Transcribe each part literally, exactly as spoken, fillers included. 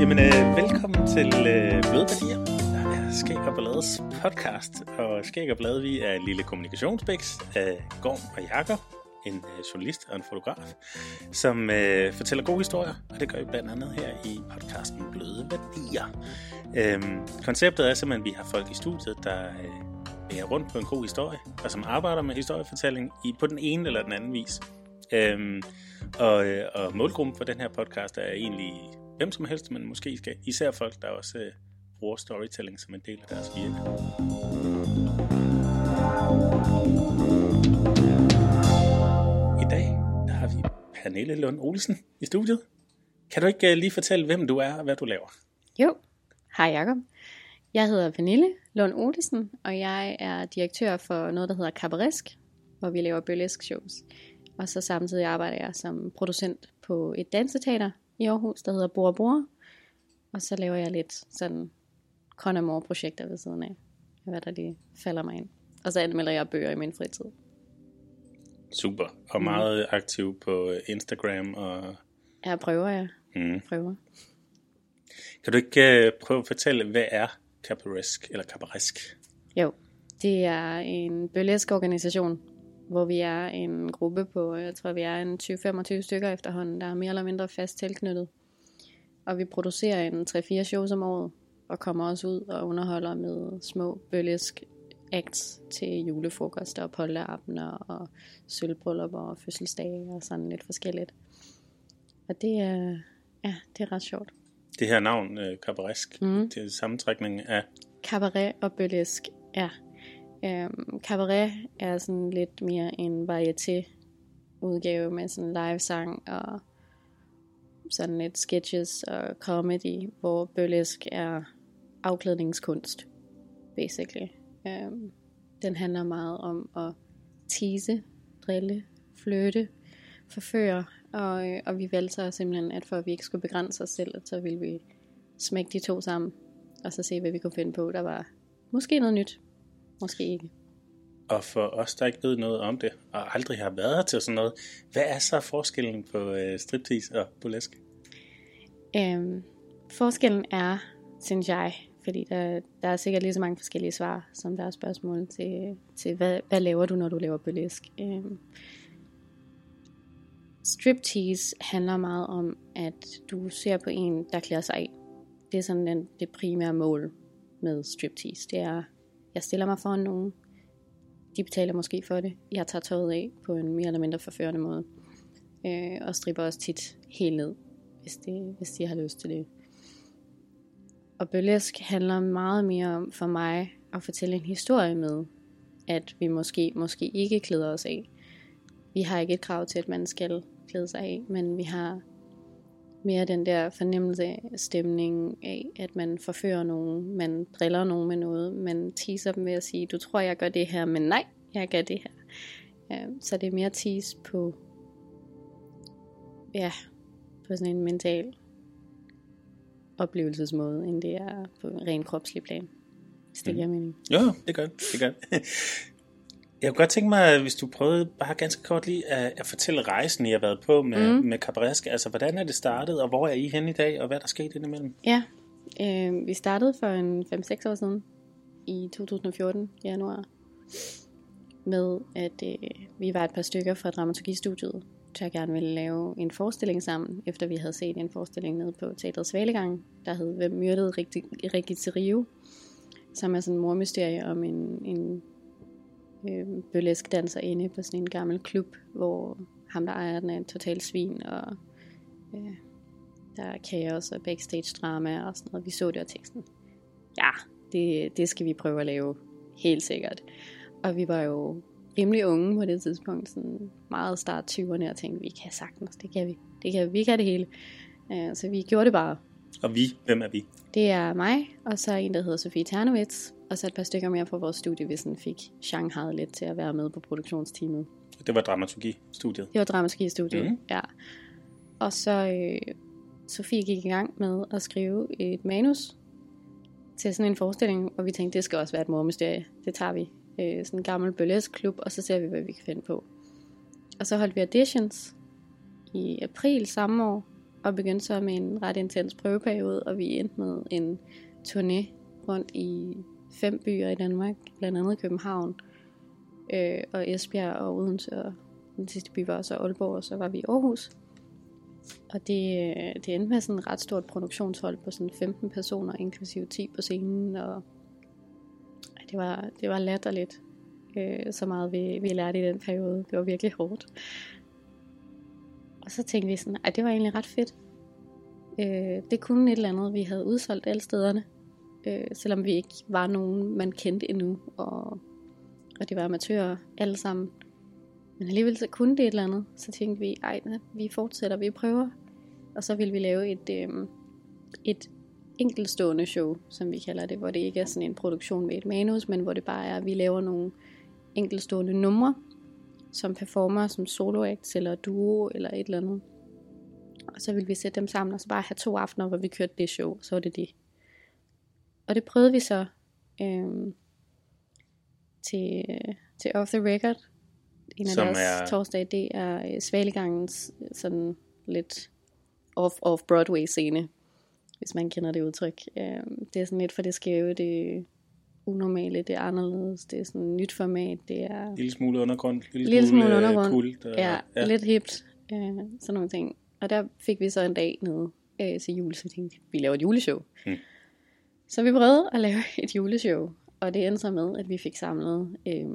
Jamen, øh, velkommen til øh, Bløde Værdier. Der er Skæg og Ballades podcast. Og Skæg og Ballade, vi er en lille kommunikationsbæks af Gorm og Jakob, en øh, journalist og en fotograf, som øh, fortæller gode historier. Og det gør vi blandt andet her i podcasten Bløde Værdier. Øhm, konceptet er simpelthen, at vi har folk i studiet, der øh, er rundt på en god historie, og som arbejder med historiefortælling i, på den ene eller den anden vis. Øhm, og, øh, og målgruppen for den her podcast er egentlig hvem som helst, men måske skal især folk, der også øh, bruger storytelling som en del af deres virke. I dag der har vi Pernille Lund Olesen i studiet. Kan du ikke øh, lige fortælle, hvem du er og hvad du laver? Jo, hej Jakob. Jeg hedder Pernille Lund Olesen, og jeg er direktør for noget, der hedder Cabaresk, hvor vi laver burlesk shows. Og så samtidig arbejder jeg som producent på et danseteater i Aarhus, der hedder Bor Bor. Og så laver jeg lidt sådan Conamore-projekter ved siden af, hvad der lige falder mig ind. Og så anmelder jeg bøger i min fritid. Super. Og mm. meget aktiv på Instagram og... Ja, prøver jeg. Mm. Prøver. Kan du ikke uh, prøve at fortælle, hvad er Cabaresk eller Cabaresk? Jo, det er en burlesk organisation, hvor vi er en gruppe på, jeg tror vi er en tyve til femogtyve stykker efterhånden, der er mere eller mindre fast tilknyttet. Og vi producerer en tre fire shows om året, og kommer også ud og underholder med små burlesk acts til julefrokoster og polterabender og sølvbryllupper og fødselsdage og sådan lidt forskelligt. Og det er, ja, det er ret sjovt. Det her navn, uh, Cabaresk, mm. det er sammentrækning af... Cabaret og burlesk, ja. Um, Cabaret er sådan lidt mere en varieté udgave med sådan live sang og sådan lidt sketches og comedy, hvor burlesk er afklædningskunst, basically. Um, den handler meget om at tease, drille, flirte, forføre, og, og vi valgte så simpelthen, at for at vi ikke skulle begrænse os selv, så ville vi smække de to sammen, og så se, hvad vi kunne finde på. Der var måske noget nyt, måske ikke. Og for os, der ikke ved noget om det, og aldrig har været her til sådan noget, hvad er så forskellen på øh, striptease og burlesk? Øhm, forskellen er, synes jeg, fordi der, der er sikkert lige så mange forskellige svar, som der er spørgsmål til, til hvad, hvad laver du, når du laver burlesk? Øhm, striptease handler meget om, at du ser på en, der klæder sig af. Det er sådan den, det primære mål med striptease. Det er, jeg stiller mig foran nogen. De betaler måske for det. Jeg tager tøjet af på en mere eller mindre forførende måde. Øh, og stripper også tit helt ned, hvis, det, hvis de har lyst til det. Og burlesk handler meget mere om for mig at fortælle en historie med, at vi måske, måske ikke klæder os af. Vi har ikke et krav til, at man skal klæde sig af, men vi har mere den der fornemmelse af stemning af, at man forfører nogen, man driller nogen med noget, man teaser dem ved at sige, du tror jeg gør det her, men nej, jeg gør det her. Ja, så det er mere tease på, ja, på sådan en mental oplevelsesmåde, end det er på en ren kropslig plan. Hvis det giver mening. Jo, det gør det. gør Jeg kunne godt tænke mig, hvis du prøvede bare ganske kort lige at, at fortælle rejsen, I har været på med, mm. med Cabaresk. Altså, hvordan er det startet, og hvor er I henne i dag, og hvad der skete indimellem? Ja, øh, vi startede for en fem seks år siden, i to tusind og fjorten, januar, med at øh, vi var et par stykker fra dramaturgistudiet, der gerne ville lave en forestilling sammen, efter vi havde set en forestilling nede på Teatret Svalegang, der hed Hvem myrdede Rikke Rio, som er sådan en mordmysterie om en... en Øh, burlesk danser inde på sådan en gammel klub, hvor ham der ejer den er en total svin, og øh, der er kaos og backstage drama og sådan noget. Vi så det og tænkte sådan, ja, det, det skal vi prøve at lave, helt sikkert. Og vi var jo rimelig unge på det tidspunkt, sådan meget start tyverne, og tænkte, vi kan sagtens, det kan vi, det kan vi, vi kan det hele. Øh, så vi gjorde det bare. Og vi, hvem er vi? Det er mig, og så en, der hedder Sofie Ternowitz, og så et par stykker mere fra vores studie, vi sådan fik Shanghai lidt til at være med på produktionsteamet. Det var dramaturgi-studiet? Det var dramaturgi-studiet, mm. ja. Og så øh, Sofie gik i gang med at skrive et manus til sådan en forestilling, og vi tænkte, det skal også være et mordmysterie. Det tager vi. Øh, sådan en gammel burlesk klub, og så ser vi, hvad vi kan finde på. Og så holdt vi auditions i april samme år, og begyndte så med en ret intens prøveperiode, og vi endte med en turné rundt i fem byer i Danmark, blandt andet København, øh, og Esbjerg og Odense, og den sidste by var så Aalborg, og så var vi i Aarhus. Og det, det endte med sådan et ret stort produktionshold på sådan femten personer, inklusive ti på scenen, og det var, det var latterligt, øh, så meget vi, vi lærte i den periode. Det var virkelig hårdt. Og så tænkte vi sådan, at det var egentlig ret fedt. Øh, det kunne et eller andet, vi havde udsolgt alle stederne, øh, selvom vi ikke var nogen, man kendte endnu, og, og det var amatører alle sammen. Men alligevel så kunne det et eller andet. Så tænkte vi, ej, vi fortsætter, vi prøver. Og så ville vi lave et, øh, et enkeltstående show, som vi kalder det, hvor det ikke er sådan en produktion med et manus, men hvor det bare er, at vi laver nogle enkeltstående numre, som performer som soloact eller duo eller et eller andet. Og så ville vi sætte dem sammen og så bare have to aftener, hvor vi kørte det show, så var det det. Og det prøvede vi så øh, til, til Off the Record. En af som deres er... torsdag, det er Svalegangens sådan lidt off-Broadway scene, hvis man kender det udtryk. Det er sådan lidt for det skæve, det unormale, det er anderledes, det er sådan et nyt format, det er... En lille smule undergrund, en lille, lille smule smule undergrund, kult. Og, ja, ja, lidt hipt, sådan nogle ting. Og der fik vi så en dag nede øh, til jul, så tænkte vi laver et juleshow. Hmm. Så vi prøvede at lave et juleshow, og det endte så med, at vi fik samlet øh,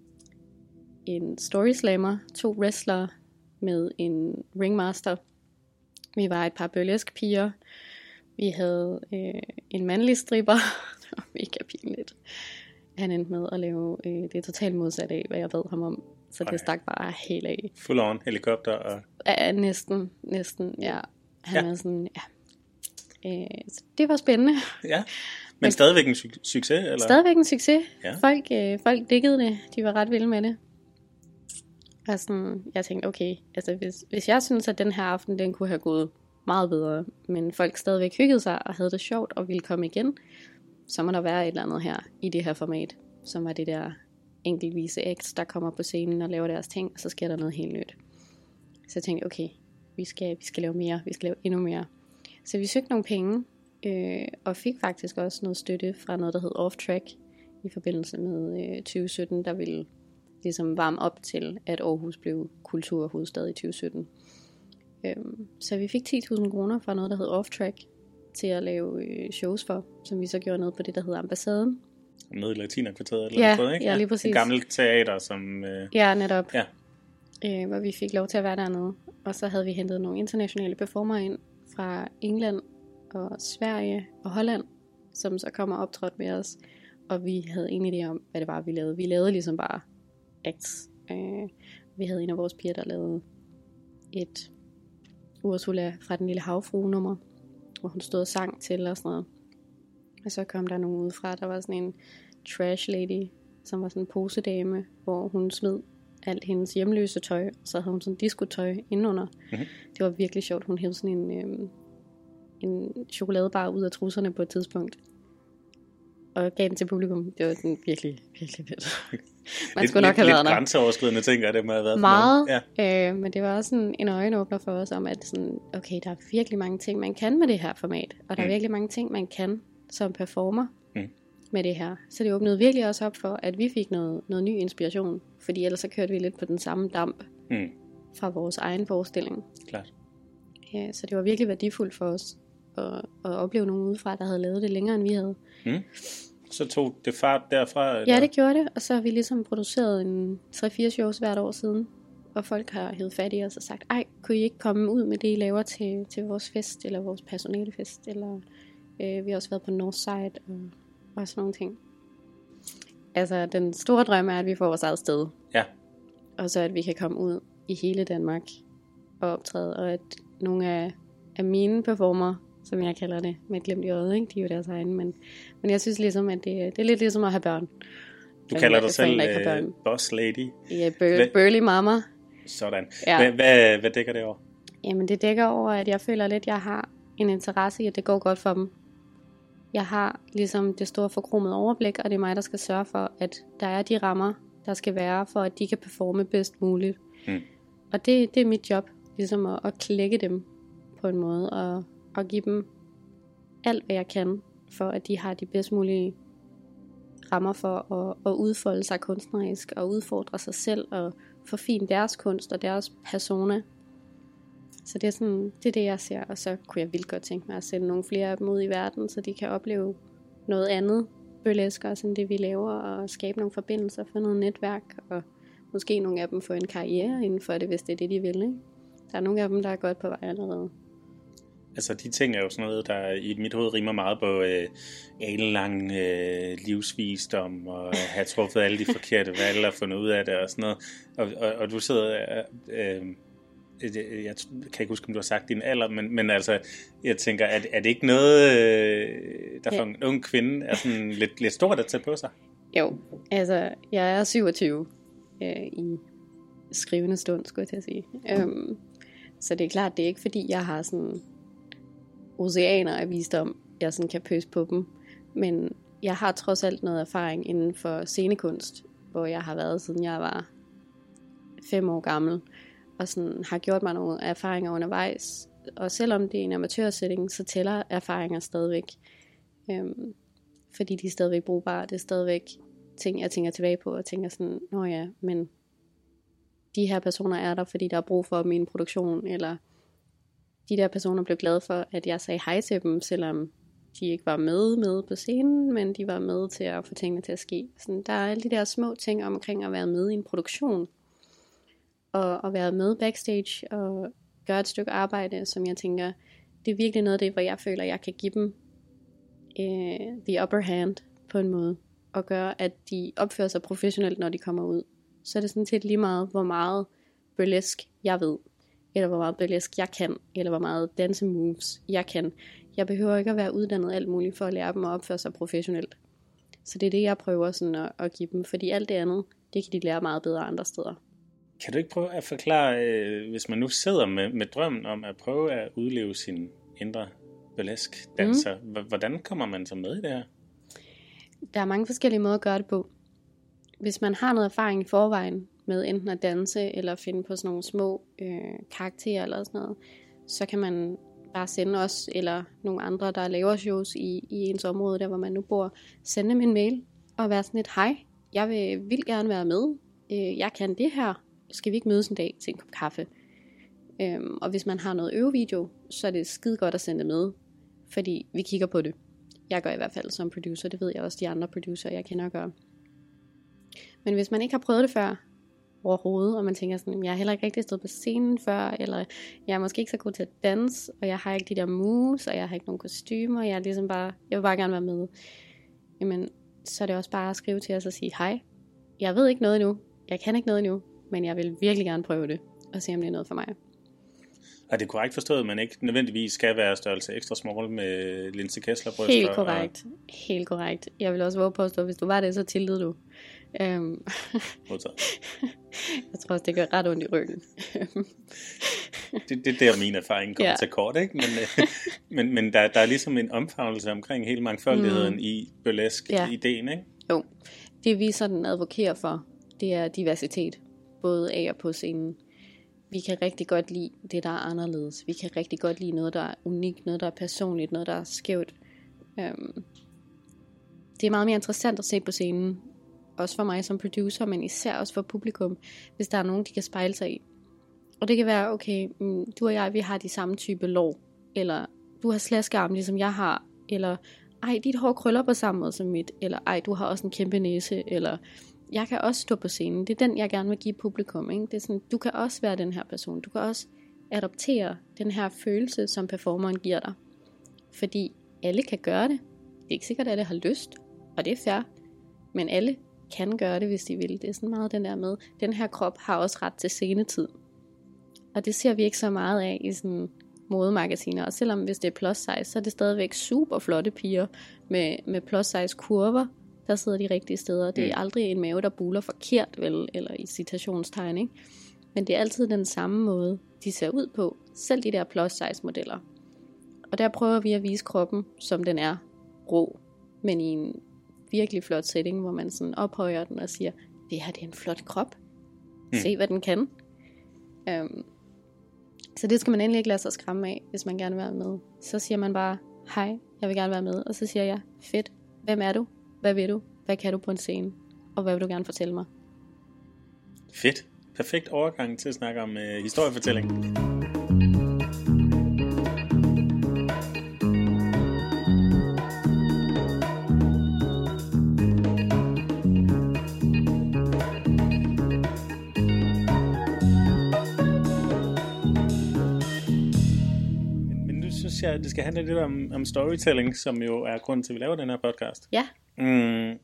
en storyslammer, to wrestlere med en ringmaster. Vi var et par burleske piger. Vi havde øh, en mandlig stripper. Det var mega pinligt. Han endte med at lave øh, det totalt modsatte af, hvad jeg bad ham om. Så det stak bare helt af. Full on helikopter og... Ja, næsten, næsten, ja. Han ja. var sådan, ja. Øh, så det var spændende. Ja, men, men stadigvæk en su- succes, eller? Stadigvæk en succes. Ja. Folk, øh, folk diggede det. De var ret vilde med det. Og sådan, jeg tænkte, okay, altså hvis, hvis jeg synes, at den her aften, den kunne have gået meget bedre, men folk stadigvæk hyggede sig og havde det sjovt og ville komme igen, så må der være et eller andet her i det her format, som er det der enkeltvise acts, der kommer på scenen og laver deres ting, og så sker der noget helt nyt. Så jeg tænkte, okay, vi skal, vi skal lave mere, vi skal lave endnu mere. Så vi søgte nogle penge, øh, og fik faktisk også noget støtte fra noget, der hed Off Track, i forbindelse med øh, tyve sytten, der ville ligesom varme op til, at Aarhus blev kulturhovedstad i tyve sytten. Øhm, så vi fik ti tusind kroner fra noget, der hed Off Track, til at lave øh, shows for, som vi så gjorde noget på det, der hedder Ambassaden. Nede i Latinerkvarteret eller ja, noget, ikke? Ja, lige præcis. En gammel teater, som... Øh... Ja, netop. Ja. Øh, hvor vi fik lov til at være dernede. Og så havde vi hentet nogle internationale performere ind fra England og Sverige og Holland, som så kom og optrådte med os. Og vi havde ingen idé om, hvad det var, vi lavede. Vi lavede ligesom bare acts. Øh, vi havde en af vores piger, der lavede et Ursula fra Den Lille Havfrue nummer, hvor hun stod og sang til og sådan noget. Og så kom der nogen udefra, der var sådan en trash lady, som var sådan en posedame, hvor hun smed alt hendes hjemløse tøj, og så havde hun sådan diskotøj indenunder. Mm-hmm. Det var virkelig sjovt. Hun hævde sådan en, øhm, en chokoladebar ud af trusserne på et tidspunkt, og gav den til publikum. Det var sådan virkelig, virkelig fedt. Man lidt, skulle nok have lidt været der. Lidt grænseoverskridende ting, det må have været. Meget, ja. øh, men det var også sådan en øjenåbner for os om, at sådan, okay, der er virkelig mange ting, man kan med det her format, og der mm. er virkelig mange ting, man kan som performer mm. med det her. Så det åbnede virkelig også op for, at vi fik noget, noget ny inspiration, fordi ellers så kørte vi lidt på den samme damp mm. fra vores egen forestilling. Klart. Ja, så det var virkelig værdifuldt for os at, at opleve nogen udefra, der havde lavet det længere, end vi havde. Mm. Så tog det fart derfra? Eller? Ja, det gjorde det, og så har vi ligesom produceret en tre fire shows hvert år siden, og folk har hævet fat i os og sagt, ej, kunne I ikke komme ud med det, I laver til, til vores fest, eller vores personalefest, eller øh, vi har også været på Northside, og, og sådan nogle ting. Altså, den store drøm er, at vi får vores eget sted. Ja. Og så at vi kan komme ud i hele Danmark og optræde, og at nogle af, af mine performer, som jeg kalder det, med et glimt i øjet, ikke? De er jo deres egne, men, men jeg synes ligesom, at det, det er lidt ligesom at have børn. Du kalder jeg, dig selv uh, boss lady. Ja, bur- burly mama. Sådan. Ja. Hvad, hvad, hvad dækker det over? Jamen det dækker over, at jeg føler lidt, at jeg har en interesse i, at det går godt for dem. Jeg har ligesom det store forkromede overblik, og det er mig, der skal sørge for, at der er de rammer, der skal være, for at de kan performe bedst muligt. Hmm. Og det, det er mit job, ligesom at, at klække dem på en måde, og, og give dem alt, hvad jeg kan, for at de har de bedst mulige rammer for at, at udfolde sig kunstnerisk, og udfordre sig selv, og forfine deres kunst og deres persona. Så det er, sådan, det er det, jeg ser, og så kunne jeg vildt godt tænke mig at sende nogle flere af dem ud i verden, så de kan opleve noget andet burleskere, end det vi laver, og skabe nogle forbindelser for noget netværk, og måske nogle af dem få en karriere inden for det, hvis det er det, de vil. Ikke? Der er nogle af dem, der er godt på vej allerede. Altså de ting er jo sådan noget, der i mit hoved rimer meget på øh, alenlang øh, livsvisdom, og have truffet alle de forkerte valg og fundet ud af det og sådan noget. Og, og, og du sidder... Øh, øh, jeg kan ikke huske, om du har sagt din alder, men, men altså, jeg tænker, er, er det ikke noget, øh, der for ja. en ung kvinde er sådan lidt, lidt stort at tage på sig? Jo, altså, jeg er syvogtyve øh, i skrivende stund, skulle jeg til at sige. Mm. Um, så det er klart, det er ikke fordi, jeg har sådan oceaner af visdom, jeg sådan kan pøse på dem, men jeg har trods alt noget erfaring inden for scenekunst, hvor jeg har været, siden jeg var fem år gammel, og sådan har gjort mig nogle erfaringer undervejs. Og selvom det er en amatørsætning, så tæller erfaringer stadigvæk. Øhm, fordi de er stadigvæk brugbare. Det er stadigvæk ting, jeg tænker tilbage på, og tænker sådan, nå ja, men de her personer er der, fordi der er brug for dem i en produktion, eller de der personer blev glade for, at jeg sagde hej til dem, selvom de ikke var med med på scenen, men de var med til at få tingene til at ske. Sådan, der er alle de der små ting omkring at være med i en produktion, og at være med backstage, og gøre et stykke arbejde, som jeg tænker, det er virkelig noget af det, hvor jeg føler, at jeg kan give dem uh, the upper hand på en måde, og gøre, at de opfører sig professionelt, når de kommer ud. Så er det sådan set lige meget, hvor meget burlesk jeg ved, eller hvor meget burlesk jeg kan, eller hvor meget dance moves jeg kan. Jeg behøver ikke at være uddannet alt muligt for at lære dem at opføre sig professionelt. Så det er det, jeg prøver sådan at, at give dem, fordi alt det andet, det kan de lære meget bedre andre steder. Kan du ikke prøve at forklare, øh, hvis man nu sidder med, med drømmen om at prøve at udleve sin indre burlesk danser, mm. hvordan kommer man så med i det her? Der er mange forskellige måder at gøre det på. Hvis man har noget erfaring i forvejen med enten at danse eller finde på sådan nogle små øh, karakterer eller sådan noget, så kan man bare sende os eller nogle andre, der laver shows i, i ens område, der hvor man nu bor, sende dem en mail og være sådan et, hej, jeg vil vildt gerne være med, øh, jeg kan det her, skal vi ikke mødes en dag til en kop kaffe? Øhm, og hvis man har noget øvevideo, så er det skide godt at sende det med, fordi vi kigger på det. Jeg gør i hvert fald som producer, det ved jeg også de andre producer, jeg kender gør. Men hvis man ikke har prøvet det før overhovedet, og man tænker sådan, jeg har heller ikke rigtig stået på scenen før, eller jeg er måske ikke så god til at danse, og jeg har ikke de der moves, og jeg har ikke nogen kostymer, jeg er ligesom bare, jeg vil bare gerne være med. Jamen, så er det også bare at skrive til os og sige, hej, jeg ved ikke noget endnu, jeg kan ikke noget endnu, men jeg vil virkelig gerne prøve det, og se om det er noget for mig. Er det korrekt forstået, at man ikke nødvendigvis skal være størrelse ekstra small med Linse Kessler bryster? Helt korrekt, og... helt korrekt. Jeg vil også våge påstå, at hvis du var det, så tillede du. Um... jeg tror også, det gør ret ondt i ryggen. det, det er der min erfaring kommer ja. til kort, ikke? Men, men, men der, der er ligesom en omfavnelse omkring hele mangfoldigheden mm. i burlesk-ideen, ja. ikke? Jo, det vi sådan advokerer for, det er diversitet, både af og på scenen. Vi kan rigtig godt lide det, der er anderledes. Vi kan rigtig godt lide noget, der er unikt, noget, der er personligt, noget, der er skævt. Um, det er meget mere interessant at se på scenen, også for mig som producer, men især også for publikum, hvis der er nogen, de kan spejle sig i. Og det kan være, okay, du og jeg, vi har de samme type lår, eller du har slaskearm, ligesom jeg har, eller ej, dit hår krøller på samme måde som mit, eller ej, du har også en kæmpe næse, eller jeg kan også stå på scenen. Det er den, jeg gerne vil give publikum, ikke? Det er sådan, du kan også være den her person. Du kan også adoptere den her følelse, som performeren giver dig. Fordi alle kan gøre det. Det er ikke sikkert, at alle har lyst, og det er fair. Men alle kan gøre det, hvis de vil. Det er sådan meget den der med, den her krop har også ret til scenetid. Og det ser vi ikke så meget af i sådan modemagasiner. Og selvom hvis det er plus size, så er det stadigvæk super flotte piger med, med plus size kurver, der sidder de rigtige steder. Det er aldrig en mave, der buler forkert, vel, eller i citationstegn, ikke? Men det er altid den samme måde, de ser ud på. Selv de der plus size modeller. Og der prøver vi at vise kroppen, som den er, rå, men i en virkelig flot setting, hvor man sådan ophøjer den og siger, det her det er en flot krop. Se hvad den kan. Um, Så det skal man endelig ikke lade sig skræmme af, hvis man gerne vil være med. Så siger man bare, hej, jeg vil gerne være med. Og så siger jeg, fedt, hvem er du? Hvad vil du? Hvad kan du på en scene? Og hvad vil du gerne fortælle mig? Fedt. Perfekt overgang til at snakke om øh, historiefortælling. Jeg, det skal handle lidt om, om storytelling, som jo er grunden til, at vi laver den her podcast. Ja. Mm,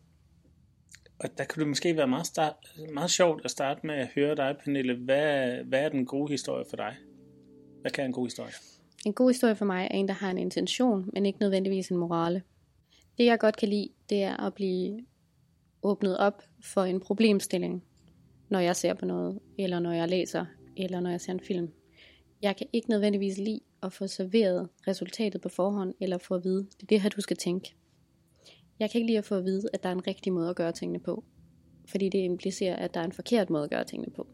og der kunne det måske være meget, start, meget sjovt at starte med at høre dig, Pernille. Hvad, hvad er den gode historie for dig? Hvad kan en god historie? En god historie for mig er en, der har en intention, men ikke nødvendigvis en morale. Det jeg godt kan lide, det er at blive åbnet op for en problemstilling, når jeg ser på noget, eller når jeg læser, eller når jeg ser en film. Jeg kan ikke nødvendigvis lide at få serveret resultatet på forhånd, eller få at vide, det er det her, du skal tænke. Jeg kan ikke lide at få at vide, at der er en rigtig måde at gøre tingene på, fordi det implicerer, at der er en forkert måde at gøre tingene på.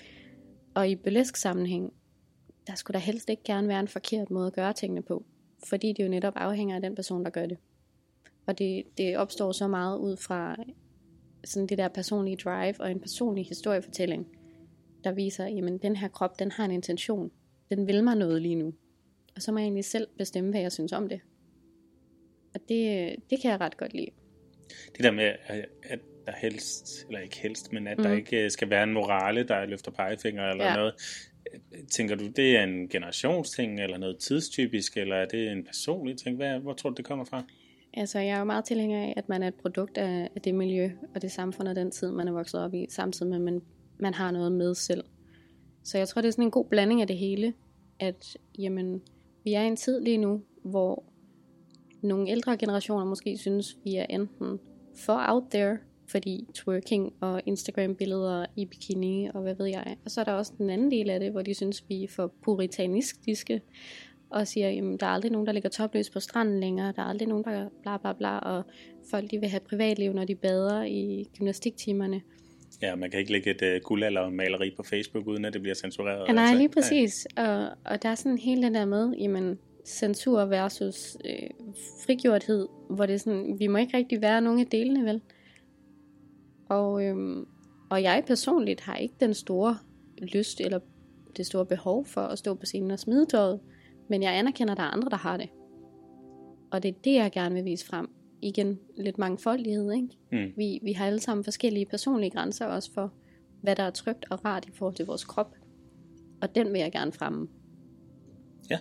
Og i burlesk sammenhæng, der skulle der helst ikke gerne være en forkert måde at gøre tingene på, fordi det jo netop afhænger af den person, der gør det. Og det, det opstår så meget ud fra sådan det der personlige drive og en personlig historiefortælling, der viser, jamen den her krop, den har en intention. Den vil mig noget lige nu. Og så må jeg egentlig selv bestemme, hvad jeg synes om det. Og det, det kan jeg ret godt lide. Det der med, at der helst, eller ikke helst, men at mm. der ikke skal være en morale, der løfter pegefinger eller ja. noget. Tænker du, det er en generationsting, eller noget tidstypisk, eller er det en personlig ting? Hvad, hvor tror du, det kommer fra? Altså, jeg er jo meget tilhænger af, at man er et produkt af, af det miljø, og det samfund og den tid, man er vokset op i, samtidig med, at man, man har noget med selv. Så jeg tror, det er sådan en god blanding af det hele, at jamen, vi er i en tid lige nu, hvor nogle ældre generationer måske synes, vi er enten for out there, fordi twerking og Instagram-billeder i bikini og hvad ved jeg. Og så er der også den anden del af det, hvor de synes, vi er for puritanistiske, og siger, jamen der er aldrig nogen, der ligger topløs på stranden længere, der er aldrig nogen, der bla bla bla, og folk de vil have privatliv, når de bader i gymnastiktimerne. Ja, man kan ikke lægge et uh, guldaldermaleri på Facebook, uden at det bliver censureret. Ja, nej, altså. lige præcis. Ja. Og, og der er sådan hele den der med, jamen, censur versus øh, frigjorthed, hvor det er sådan, vi må ikke rigtig være nogen af delene, vel? Og, øhm, og jeg personligt har ikke den store lyst, eller det store behov for at stå på scenen og smide tøjet, men jeg anerkender, at der er andre, der har det. Og det er det, jeg gerne vil vise frem. Igen, lidt mangfoldighed, ikke? Mm. Vi, vi har alle sammen forskellige personlige grænser også for, hvad der er trygt og rart i forhold til vores krop. Og den vil jeg gerne fremme. Ja.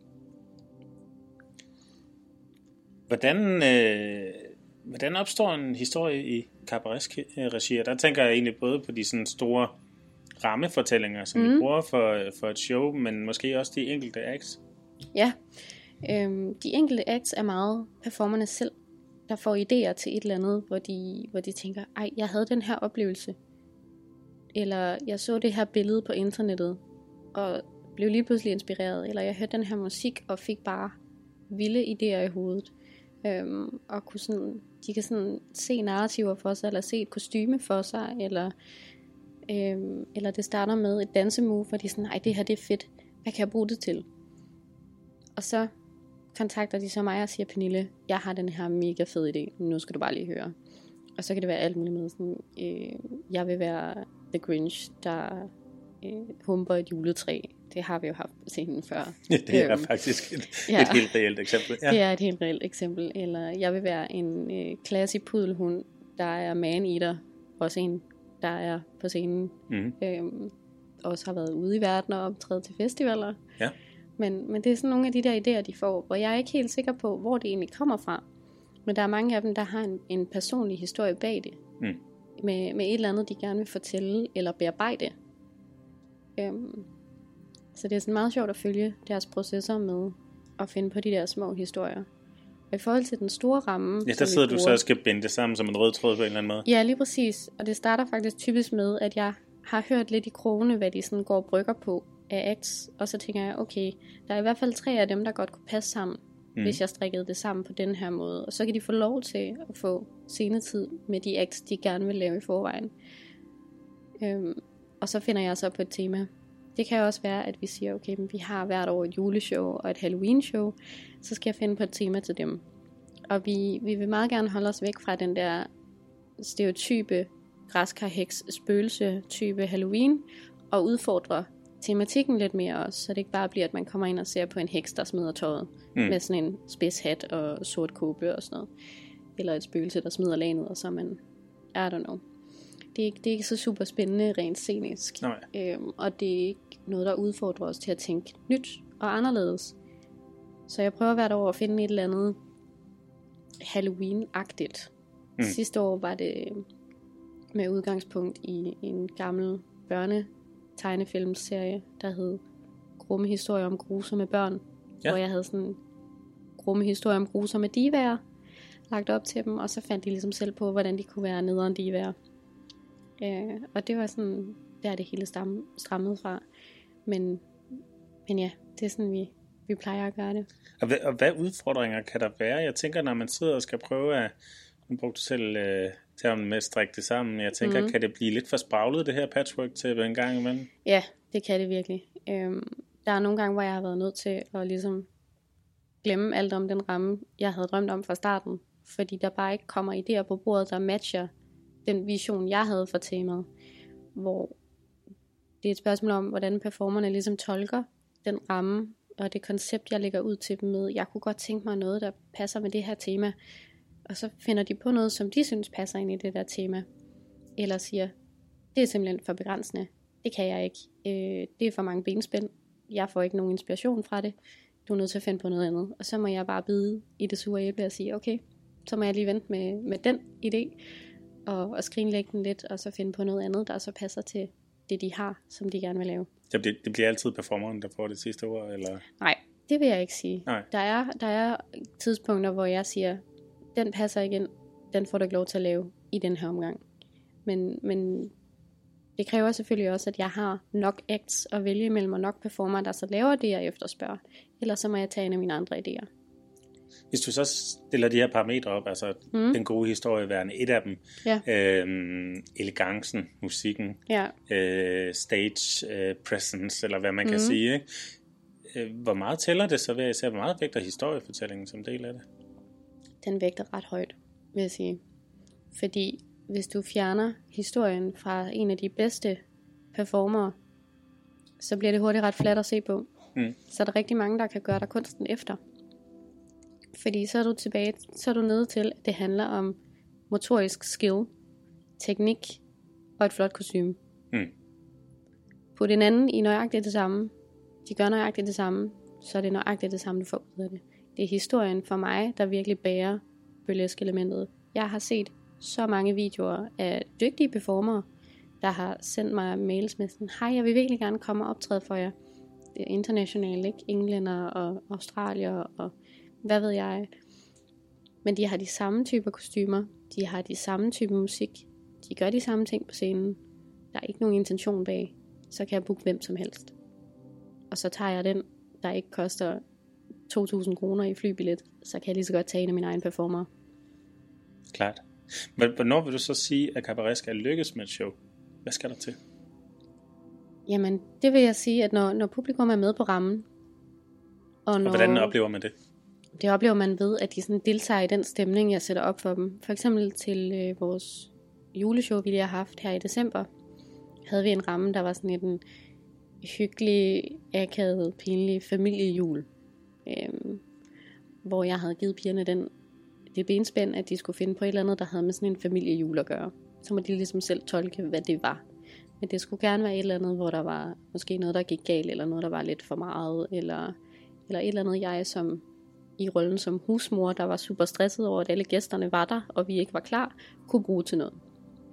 Hvordan, øh, hvordan opstår en historie i cabaret-regi? Der tænker jeg egentlig både på de sådan store rammefortællinger, som mm. vi bruger for, for et show, men måske også de enkelte acts. Ja, øhm, de enkelte acts er meget performerne selv, der får idéer til et eller andet, hvor de, hvor de tænker, ej, jeg havde den her oplevelse, eller jeg så det her billede på internettet, og blev lige pludselig inspireret, eller jeg hørte den her musik, og fik bare vilde idéer i hovedet, øhm, og kunne sådan, de kan sådan se narrativer for sig, eller se et kostyme for sig, eller, øhm, eller det starter med et dansemove, hvor de er sådan, ej, det her det er fedt, hvad kan jeg bruge det til? Og så kontakter de så mig og siger, Pernille, jeg har den her mega fed idé, nu skal du bare lige høre. Og så kan det være alt muligt med sådan, øh, jeg vil være The Grinch, der øh, humper et juletræ. Det har vi jo haft på scenen før. Ja, det er øhm, faktisk et, ja, et helt reelt eksempel. Ja. Det er et helt reelt eksempel. Eller jeg vil være en øh, klassisk pudelhund, der er man-eater, også en, der er på scenen. Mm. Øhm, også har været ude i verden og optrædet til festivaler. Ja. Men, men det er sådan nogle af de der idéer, de får, hvor jeg er ikke helt sikker på, hvor det egentlig kommer fra. Men der er mange af dem, der har en, en personlig historie bag det. Mm. Med, med et eller andet, de gerne vil fortælle eller bearbejde. Øhm, så det er sådan meget sjovt at følge deres processer med at finde på de der små historier. Og i forhold til den store ramme... Ja, der sidder du så og skal binde det sammen som en rød tråd på en eller anden måde. Ja, lige præcis. Og det starter faktisk typisk med, at jeg har hørt lidt i krogene, hvad de sådan går og brygger på af acts. Og så tænker jeg, okay, der er i hvert fald tre af dem, der godt kunne passe sammen, mm. hvis jeg strikkede det sammen på den her måde. Og så kan de få lov til at få scenetid med de acts, de gerne vil lave i forvejen. Øhm, og så finder jeg så på et tema. Det kan også være, at vi siger, okay, men vi har hvert år et juleshow og et Halloween-show, så skal jeg finde på et tema til dem. Og vi, vi vil meget gerne holde os væk fra den der stereotype græskarheks spøgelse type Halloween, og udfordre tematikken lidt mere også, så det ikke bare bliver, at man kommer ind og ser på en heks, der smider tøjet mm. med sådan en spids hat og sort kåbe og sådan noget. Eller et spøgelse, der smider laget, og så man, I don't know. Det er, ikke, det er ikke så super spændende rent scenisk. Øhm, og det er ikke noget, der udfordrer os til at tænke nyt og anderledes. Så jeg prøver hvert år at finde et eller andet Halloween-agtigt. Mm. Sidste år var det med udgangspunkt i en gammel børnetegnefilmserie, der hed Grumme historier om grusomme børn. Ja. Hvor jeg havde sådan grumme historier om grusomme divaer lagt op til dem, og så fandt de ligesom selv på, hvordan de kunne være nederen divaer. Øh, og det var sådan, der det hele stam, strammede fra. Men, men ja, det er sådan, vi, vi plejer at gøre det. Og hvad, og hvad udfordringer kan der være? Jeg tænker, når man sidder og skal prøve at, nu brugte du selv øh, termen med at strikke det sammen, jeg tænker, mm. kan det blive lidt for spraglet, det her patchwork til en gang imellem? Ja, det kan det virkelig. Øhm, der er nogle gange, hvor jeg har været nødt til at ligesom glemme alt om den ramme, jeg havde drømt om fra starten. Fordi der bare ikke kommer idéer på bordet, der matcher den vision, jeg havde for temaet. Hvor det er et spørgsmål om, hvordan performerne ligesom tolker den ramme, og det koncept, jeg lægger ud til dem med. Jeg kunne godt tænke mig noget, der passer med det her tema. Og så finder de på noget, som de synes passer ind i det der tema. Eller siger, det er simpelthen for begrænsende. Det kan jeg ikke. Øh, det er for mange benspænd. Jeg får ikke nogen inspiration fra det. Du er nødt til at finde på noget andet. Og så må jeg bare bide i det sure æble og sige, okay, så må jeg lige vente med, med den idé. Og, og skrinlægge den lidt, og så finde på noget andet, der så passer til det, de har, som de gerne vil lave. Det bliver, det bliver altid performeren, der får det sidste ord, eller? Nej, det vil jeg ikke sige. Nej. Der er, der er tidspunkter, hvor jeg siger, den passer igen, den får du ikke lov til at lave i den her omgang. Men, men det kræver selvfølgelig også, at jeg har nok acts at vælge imellem, og nok performer, der så laver det, jeg efterspørger. Ellers så må jeg tage en af mine andre idéer. Hvis du så stiller de her parametre op, altså mm. den gode historie værende et af dem, ja. øhm, elegancen, musikken, ja. øh, stage øh, presence, eller hvad man mm. kan sige, ikke? Øh, hvor meget tæller det så ved at se, hvor meget vægter historiefortællingen som del af det? Den vægter ret højt, vil jeg sige. Fordi hvis du fjerner historien fra en af de bedste performere, så bliver det hurtigt ret fladt at se på. Mm. Så er der rigtig mange, der kan gøre dig kunsten efter. Fordi så er du tilbage, så er du nede til, at det handler om motorisk skill, teknik og et flot kostume. Mm. På den anden i nøjagtigt det samme. De gør nøjagtigt det samme, så er det nøjagtigt det samme, du får ud af det. Det er historien for mig, der virkelig bærer burlesk-elementet. Jeg har set så mange videoer af dygtige performere, der har sendt mig mails med sådan, hej, jeg vil virkelig gerne komme og optræde for jer. Det er internationalt, ikke? Englænder og australier og hvad ved jeg. Men de har de samme typer kostymer, de har de samme typer musik, de gør de samme ting på scenen. Der er ikke nogen intention bag. Så kan jeg booke hvem som helst. Og så tager jeg den, der ikke koster to tusind kroner i flybillet, så kan jeg lige så godt tage en af mine egne performer. Klart. Hvornår vil du så sige, at Cabaret skal lykkes med et show? Hvad skal der til? Jamen, det vil jeg sige, at når, når publikum er med på rammen, og, når, og hvordan oplever man det? Det oplever man ved, at de sådan deltager i den stemning, jeg sætter op for dem. For eksempel til øh, vores juleshow, vi lige har haft her i december, havde vi en ramme, der var sådan en hyggelig, akavet, pinlig familiejul. Øhm, hvor jeg havde givet pigerne den, det benspænd, at de skulle finde på et eller andet, der havde med sådan en familiejul at gøre. Så må de ligesom selv tolke, hvad det var. Men det skulle gerne være et eller andet, hvor der var måske noget, der gik galt, eller noget, der var lidt for meget, eller, eller et eller andet, jeg som i rollen som husmor, der var super stresset over, at alle gæsterne var der, og vi ikke var klar, kunne bruge til noget.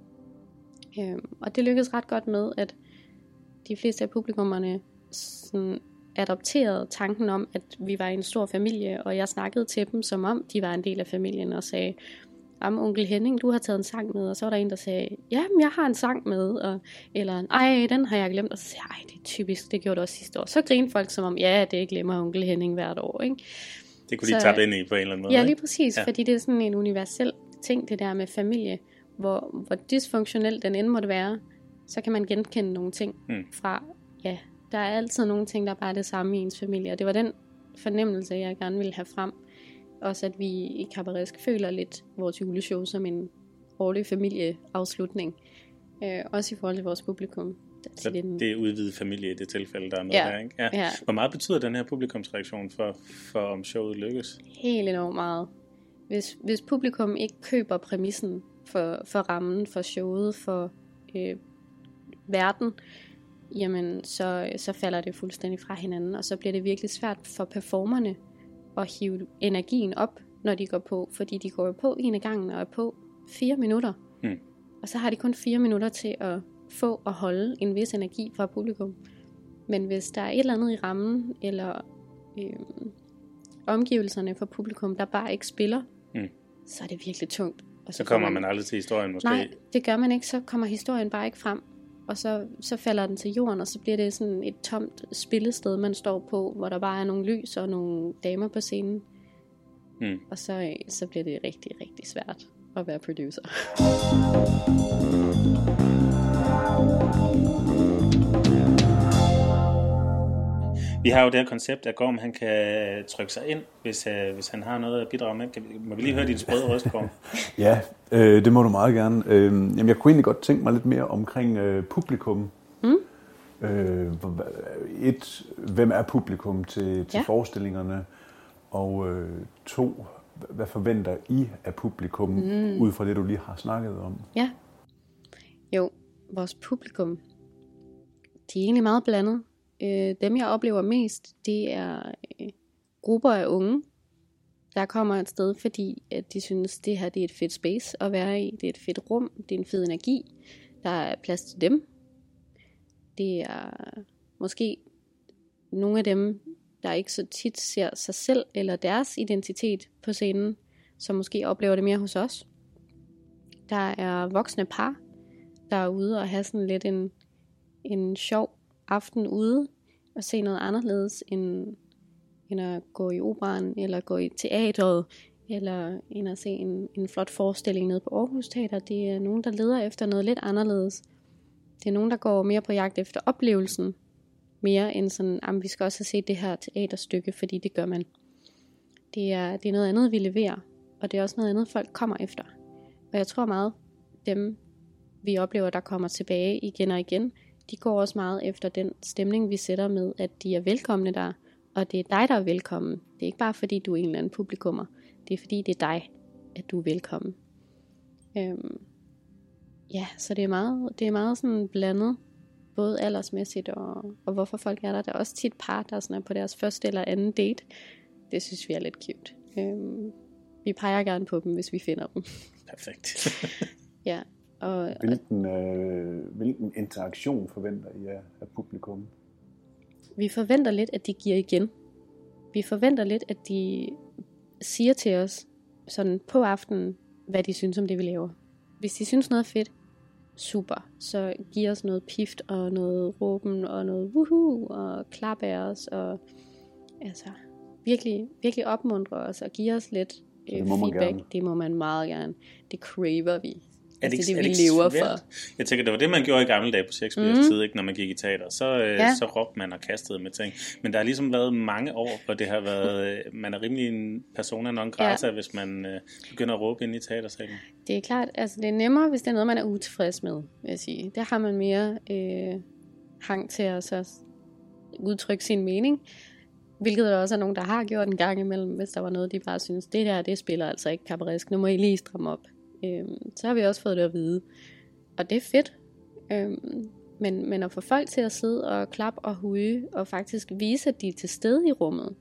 Øhm, og det lykkedes ret godt med, at de fleste af publikummerne sådan adopterede tanken om, at vi var en stor familie, og jeg snakkede til dem, som om de var en del af familien, og sagde, om onkel Henning, du har taget en sang med, og så var der en, der sagde, ja, jeg har en sang med, og, eller, ej, den har jeg glemt, og så sagde jeg, ej, det er typisk, det gjorde det også sidste år. Så grinede folk som om, ja, det glemmer onkel Henning hvert år, ikke? Det kunne de så, tage ind i på en eller anden måde. Ja, lige præcis, ja. Fordi det er sådan en universel ting, det der med familie, hvor, hvor dysfunktionel den end måtte være, så kan man genkende nogle ting mm. fra, ja, Der er altid nogle ting, der bare er det samme i ens familie, og det var den fornemmelse, jeg gerne ville have frem. Også at vi i Kabaresk føler lidt vores juleshow som en årlig familieafslutning. Øh, også i forhold til vores publikum. Så det er udvidet familie i det tilfælde, der er med ja, der, ikke? Ja. Ja. Hvor meget betyder den her publikumsreaktion for, for om showet lykkes? Helt enormt meget. Hvis, hvis publikum ikke køber præmissen for, for rammen, for showet, for øh, verden, jamen så, så falder det fuldstændig fra hinanden, og så bliver det virkelig svært for performerne at hive energien op, når de går på, fordi de går på en af gangen og er på fire minutter. Mm. Og så har de kun fire minutter til at få og holde en vis energi fra publikum. Men hvis der er et eller andet i rammen, eller øh, omgivelserne for publikum, der bare ikke spiller, mm. så er det virkelig tungt. Og så, så kommer man, man aldrig til historien måske? Nej, det gør man ikke. Så kommer historien bare ikke frem. Og så, så falder den til jorden, og så bliver det sådan et tomt spillested, man står på, hvor der bare er nogle lys og nogle damer på scenen. Mm. Og så, så bliver det rigtig, rigtig svært at være producer. Vi har jo det her koncept, at Gorm han kan trykke sig ind, hvis, uh, hvis han har noget at bidrage med. Kan vi, må vi lige høre din sprøde røst, Gorm? Ja, øh, det må du meget gerne. Øh, jamen, jeg kunne egentlig godt tænke mig lidt mere omkring øh, publikum. Mm. Øh, et, hvem er publikum til, til ja. forestillingerne? Og øh, to, hvad forventer I af publikum, mm. ud fra det, du lige har snakket om? Ja, jo, vores publikum, de er egentlig meget blandet. Øh, dem jeg oplever mest, det er øh, grupper af unge, der kommer et sted, fordi at de synes, det her det er et fedt space at være i. Det er et fedt rum, det er en fed energi. Der er plads til dem. Det er måske nogle af dem, der ikke så tit ser sig selv eller deres identitet på scenen, som måske oplever det mere hos os. Der er voksne par, der er ude og have sådan lidt en, en sjov aften ude og se noget anderledes end, end at gå i operaen eller gå i teatret eller end at se en, en flot forestilling nede på Aarhus Teater. Det er nogen, der leder efter noget lidt anderledes. Det er nogen, der går mere på jagt efter oplevelsen, mere end sådan, at vi skal også have set det her teaterstykke, fordi det gør man. Det er, det er noget andet, vi leverer, og det er også noget andet, folk kommer efter. Og jeg tror meget, dem vi oplever, der kommer tilbage igen og igen, de går også meget efter den stemning, vi sætter med, at de er velkomne der, og det er dig, der er velkommen. Det er ikke bare fordi, du er en eller anden publikummer. Det er fordi, det er dig, at du er velkommen. Øhm, ja, så det er meget, det er meget sådan blandet, både aldersmæssigt og, og hvorfor folk er der. Der er også tit par, der sådan er på deres første eller anden date. Det synes vi er lidt cute. Øhm, vi peger gerne på dem, hvis vi finder dem. Perfekt. Ja. Og, hvilken, øh, hvilken interaktion forventer I af, af publikum? Vi forventer lidt, at de giver igen. Vi forventer lidt, at de siger til os sådan på aftenen, hvad de synes om det, vi laver. Hvis de synes noget er fedt, super. Så giv os noget pift og noget råben og noget woohoo og klap af os og altså virkelig, virkelig opmuntre os og give os lidt øh, det feedback. Det må man meget gerne. Det craver vi. Er det, altså, ikke, det, er det vi lever svært? For. Jeg tænker, det var det, man gjorde i gamle dage på Shakespeares mm. tid, ikke? Når man gik i teater. Så, øh, ja. så råbte man og kastede med ting. Men der har ligesom været mange år, hvor det har været, man er rimelig en persona non grata, ja. Hvis man øh, begynder at råbe ind i teatersalen. Det er klart, altså det er nemmere, hvis det er noget, man er utilfreds med, vil jeg sige. Der har man mere øh, hang til at så udtrykke sin mening. Hvilket der også er nogen, der har gjort en gang imellem, hvis der var noget, de bare synes, det der, det spiller altså ikke kabaresk. Nu må I lige stramme op. Øhm, så har vi også fået det at vide. Og det er fedt. Øhm, men, men at få folk til at sidde og klappe og huge, og faktisk vise, at de er til stede i rummet,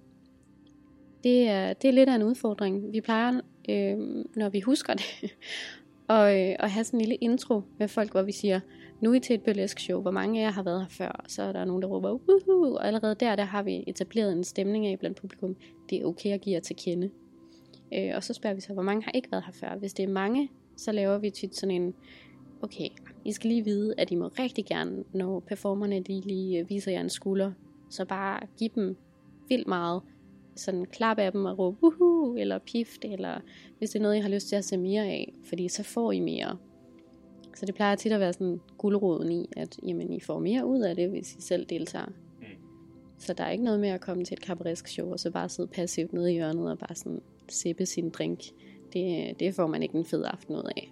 det er, det er lidt af en udfordring. Vi plejer, øhm, når vi husker det, og, øh, at have sådan en lille intro med folk, hvor vi siger, nu er I til et burlesk show, hvor mange af jer har været her før? Så er der nogen, der råber, uhuh, og allerede der, der har vi etableret en stemning af blandt publikum. Det er okay at give jer til kende. Øh, og så spørger vi så, hvor mange har ikke været her før. Hvis det er mange, så laver vi tit sådan en, okay, I skal lige vide, at I må rigtig gerne, når performerne de lige viser jer en skulder, så bare giv dem vildt meget, sådan klap af dem og råbe, uhu, eller pift, eller hvis det er noget, I har lyst til at se mere af, fordi så får I mere. Så det plejer tit at være sådan guleroden i, at jamen, I får mere ud af det, hvis I selv deltager. Så der er ikke noget med at komme til et cabaretsk show, og så bare sidde passivt nede i hjørnet, og bare sådan sippe sin drink. Det, det får man ikke en fed aften ud af.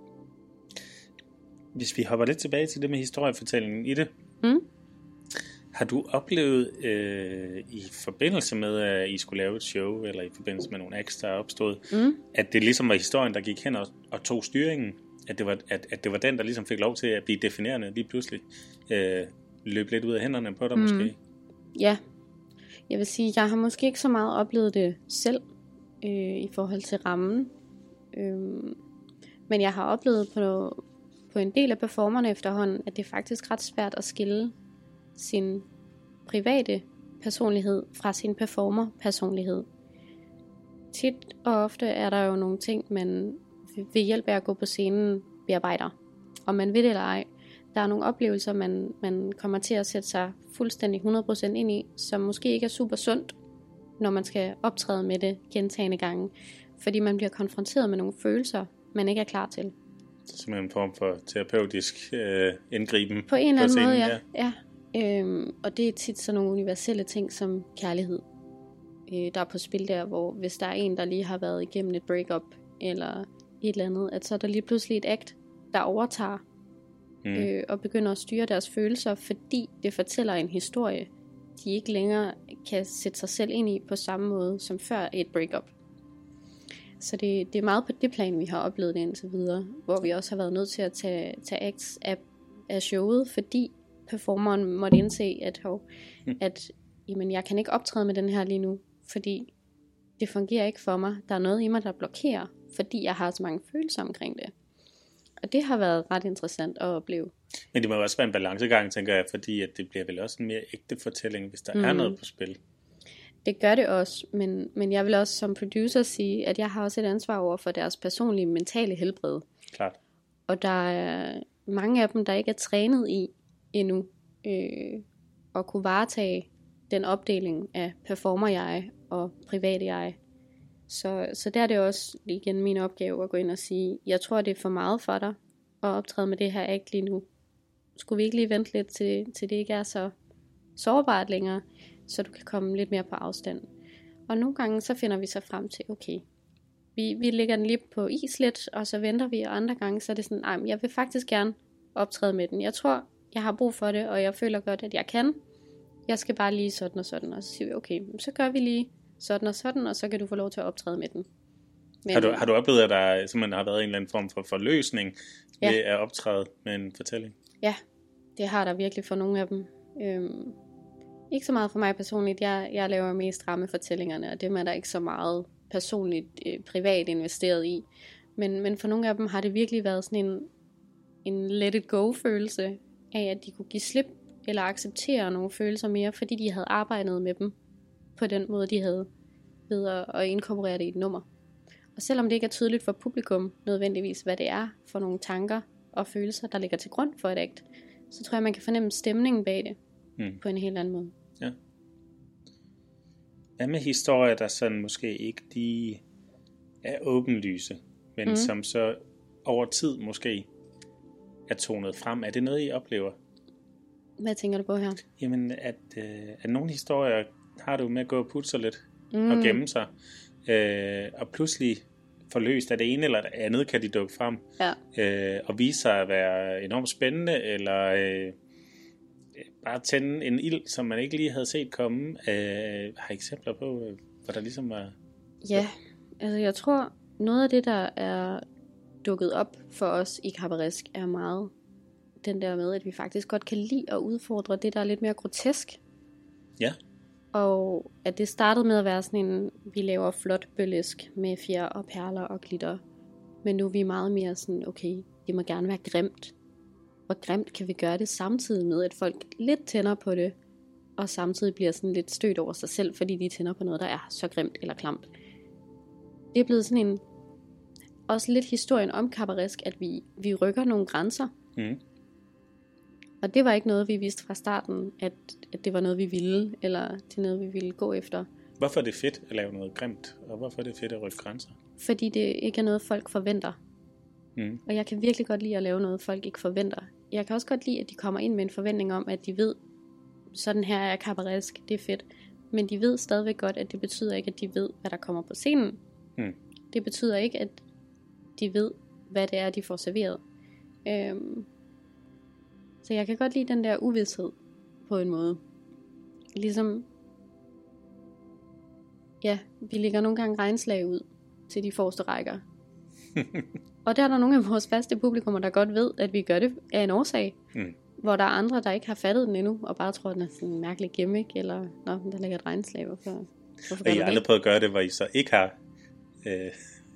Hvis vi hopper lidt tilbage til det med historiefortællingen i det. Mm? Har du oplevet øh, i forbindelse med, at I skulle lave et show, eller i forbindelse med nogle acts, der er opstået, mm. at det ligesom var historien, der gik hen og, og tog styringen? At det, var, at, at det var den, der ligesom fik lov til at blive definerende lige pludselig? Øh, løb lidt ud af hænderne på dig mm. måske? Ja. Jeg vil sige, jeg har måske ikke så meget oplevet det selv, øh, i forhold til rammen. Øh, men jeg har oplevet på, på en del af performerne efterhånden, at det er faktisk ret svært at skille sin private personlighed fra sin performer-personlighed. Tit og ofte er der jo nogle ting, man ved hjælp af at gå på scenen bearbejder. Om man ved det eller ej. Der er nogle oplevelser, man, man kommer til at sætte sig fuldstændig hundrede procent ind i, som måske ikke er super sundt, når man skal optræde med det gentagne gange. Fordi man bliver konfronteret med nogle følelser, man ikke er klar til. Det er simpelthen en form for terapeutisk øh, indgriben. På en eller anden måde, ja. ja. Øhm, og det er tit sådan nogle universelle ting som kærlighed, øh, der er på spil der, hvor hvis der er en, der lige har været igennem et breakup eller et eller andet, at så er der lige pludselig et akt, der overtager mm. øh, og begynder at styre deres følelser, fordi det fortæller en historie, de ikke længere kan sætte sig selv ind i på samme måde som før et breakup. Så det, det er meget på det plan, vi har oplevet det indtil videre, hvor vi også har været nødt til at tage, tage acts af, af showet, fordi performeren måtte indse, at, hov, at jamen, jeg kan ikke optræde med den her lige nu, fordi det fungerer ikke for mig. Der er noget i mig, der blokerer, fordi jeg har så mange følelser omkring det. Og det har været ret interessant at opleve. Men det må også være en balancegang, tænker jeg, fordi at det bliver vel også en mere ægte fortælling, hvis der mm. er noget på spil. Det gør det også, men, men jeg vil også som producer sige, at jeg har også et ansvar over for deres personlige mentale helbred. Klart. Og der er mange af dem, der ikke er trænet i endnu, øh, at kunne varetage den opdeling af performer-jeg og private-jeg. Så, så der er det også igen min opgave at gå ind og sige, jeg tror, det er for meget for dig at optræde med det her act lige nu. Skulle vi ikke lige vente lidt til, til det ikke er så sårbart længere, så du kan komme lidt mere på afstand. Og nogle gange så finder vi så frem til, okay, vi, vi lægger den lige på is lidt, og så venter vi, og andre gange så er det sådan, nej, jeg vil faktisk gerne optræde med den. Jeg tror, jeg har brug for det, og jeg føler godt, at jeg kan. Jeg skal bare lige sådan og sådan, og så siger vi, okay, så gør vi lige sådan og sådan, og så kan du få lov til at optræde med den. Men, har, du, har du oplevet, at der simpelthen har været en eller anden form for forløsning ja. ved at optræde med en fortælling? Ja, det har der virkelig for nogle af dem. Øhm, ikke så meget for mig personligt. Jeg, jeg laver mest rammefortællingerne, og dem er der ikke så meget personligt, øh, privat investeret i. Men, men for nogle af dem har det virkelig været sådan en, en let it go følelse af, at de kunne give slip eller acceptere nogle følelser mere, fordi de havde arbejdet med dem på den måde, de havde ved at, at inkorporere det i et nummer. Og selvom det ikke er tydeligt for publikum nødvendigvis, hvad det er for nogle tanker og følelser, der ligger til grund for et akt, så tror jeg, man kan fornemme stemningen bag det mm. på en helt anden måde. Ja. Hvad med historier, der sådan måske ikke de er åbenlyse, men mm. som så over tid måske er tonet frem? Er det noget, I oplever? Hvad tænker du på her? Jamen, at, øh, at nogle historier har du med at gå og putte sig lidt mm. og gemme sig. Øh, og pludselig forløst af det ene eller det andet, kan de dukke frem. Ja. Øh, og vise sig at være enormt spændende, eller øh, bare tænde en ild, som man ikke lige havde set komme. Øh, har eksempler på, hvor der ligesom var... Ja, altså jeg tror, noget af det, der er dukket op for os i Cabaretsk, er meget den der med, at vi faktisk godt kan lide at udfordre det, der er lidt mere grotesk. Ja. Og at det startede med at være sådan en, vi laver flot burlesk med fjer og perler og glitter. Men nu er vi meget mere sådan, okay, det må gerne være grimt. Hvor grimt kan vi gøre det samtidig med, at folk lidt tænder på det, og samtidig bliver sådan lidt stødt over sig selv, fordi de tænder på noget, der er så grimt eller klamt. Det er blevet sådan en, også lidt historien om Cabaretsk, at vi, vi rykker nogle grænser. Mm. Og det var ikke noget, vi vidste fra starten, at, at det var noget, vi ville, eller det er noget, vi ville gå efter. Hvorfor er det fedt at lave noget grimt, og hvorfor er det fedt at rykke grænser? Fordi det ikke er noget, folk forventer. Mm. Og jeg kan virkelig godt lide at lave noget, folk ikke forventer. Jeg kan også godt lide, at de kommer ind med en forventning om, at de ved, sådan her er kabaretsk, det er fedt. Men de ved stadigvæk godt, at det betyder ikke, at de ved, hvad der kommer på scenen. Mm. Det betyder ikke, at de ved, hvad det er, de får serveret. Øhm, så jeg kan godt lide den der uvidshed på en måde. Ligesom, ja, vi lægger nogle gange regnslag ud til de forreste rækker. Og der er der nogle af vores faste publikummer, der godt ved, at vi gør det af en årsag. Mm. Hvor der er andre, der ikke har fattet den endnu, og bare tror, at den er sådan en mærkelig gimmick, eller nå, der ligger et regnslag. Hvorfor, hvorfor og I har aldrig prøvet at gøre det, hvor I så ikke har øh,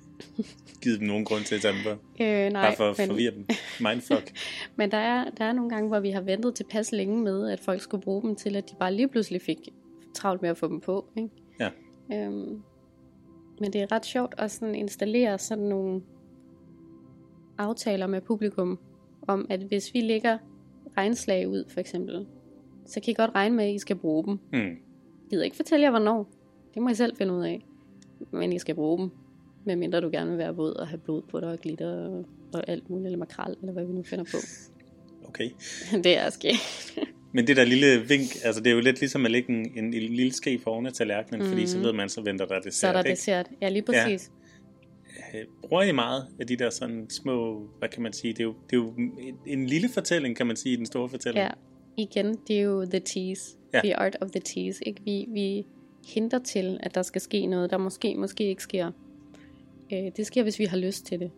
givet dem nogen grund til at tage dem på? Øh, nej. Bare for at men... forvirre dem. Mindfuck. Men der er, der er nogle gange, hvor vi har ventet tilpas længe med, at folk skulle bruge dem til, at de bare lige pludselig fik travlt med at få dem på. Ikke? Ja. Øhm, men det er ret sjovt at sådan installere sådan nogle aftaler med publikum, om at hvis vi lægger regnslag ud for eksempel, så kan I godt regne med, at I skal bruge dem. Mm. Jeg gider ikke fortælle jer hvornår. Det må I selv finde ud af. Men I skal bruge dem. Medmindre du gerne vil være våd og have blod på dig og glitter og, og alt muligt, eller makrel, eller hvad vi nu finder på. Okay. Det er sket. Men det der lille vink, altså det er jo lidt ligesom at lægge en, en, en lille ske foran af tallerkenen, mm. fordi så ved man, så venter der dessert. Så er der ikke? Dessert. Ja, lige præcis. Ja. Bruger I meget af de der sådan små, hvad kan man sige, det er jo, det er jo en lille fortælling, kan man sige, i den store fortælling. Ja, igen, det er jo the tease, ja. The art of the tease, ikke? Vi, vi hinter til, at der skal ske noget, der måske, måske ikke sker. Øh, det sker, hvis vi har lyst til det.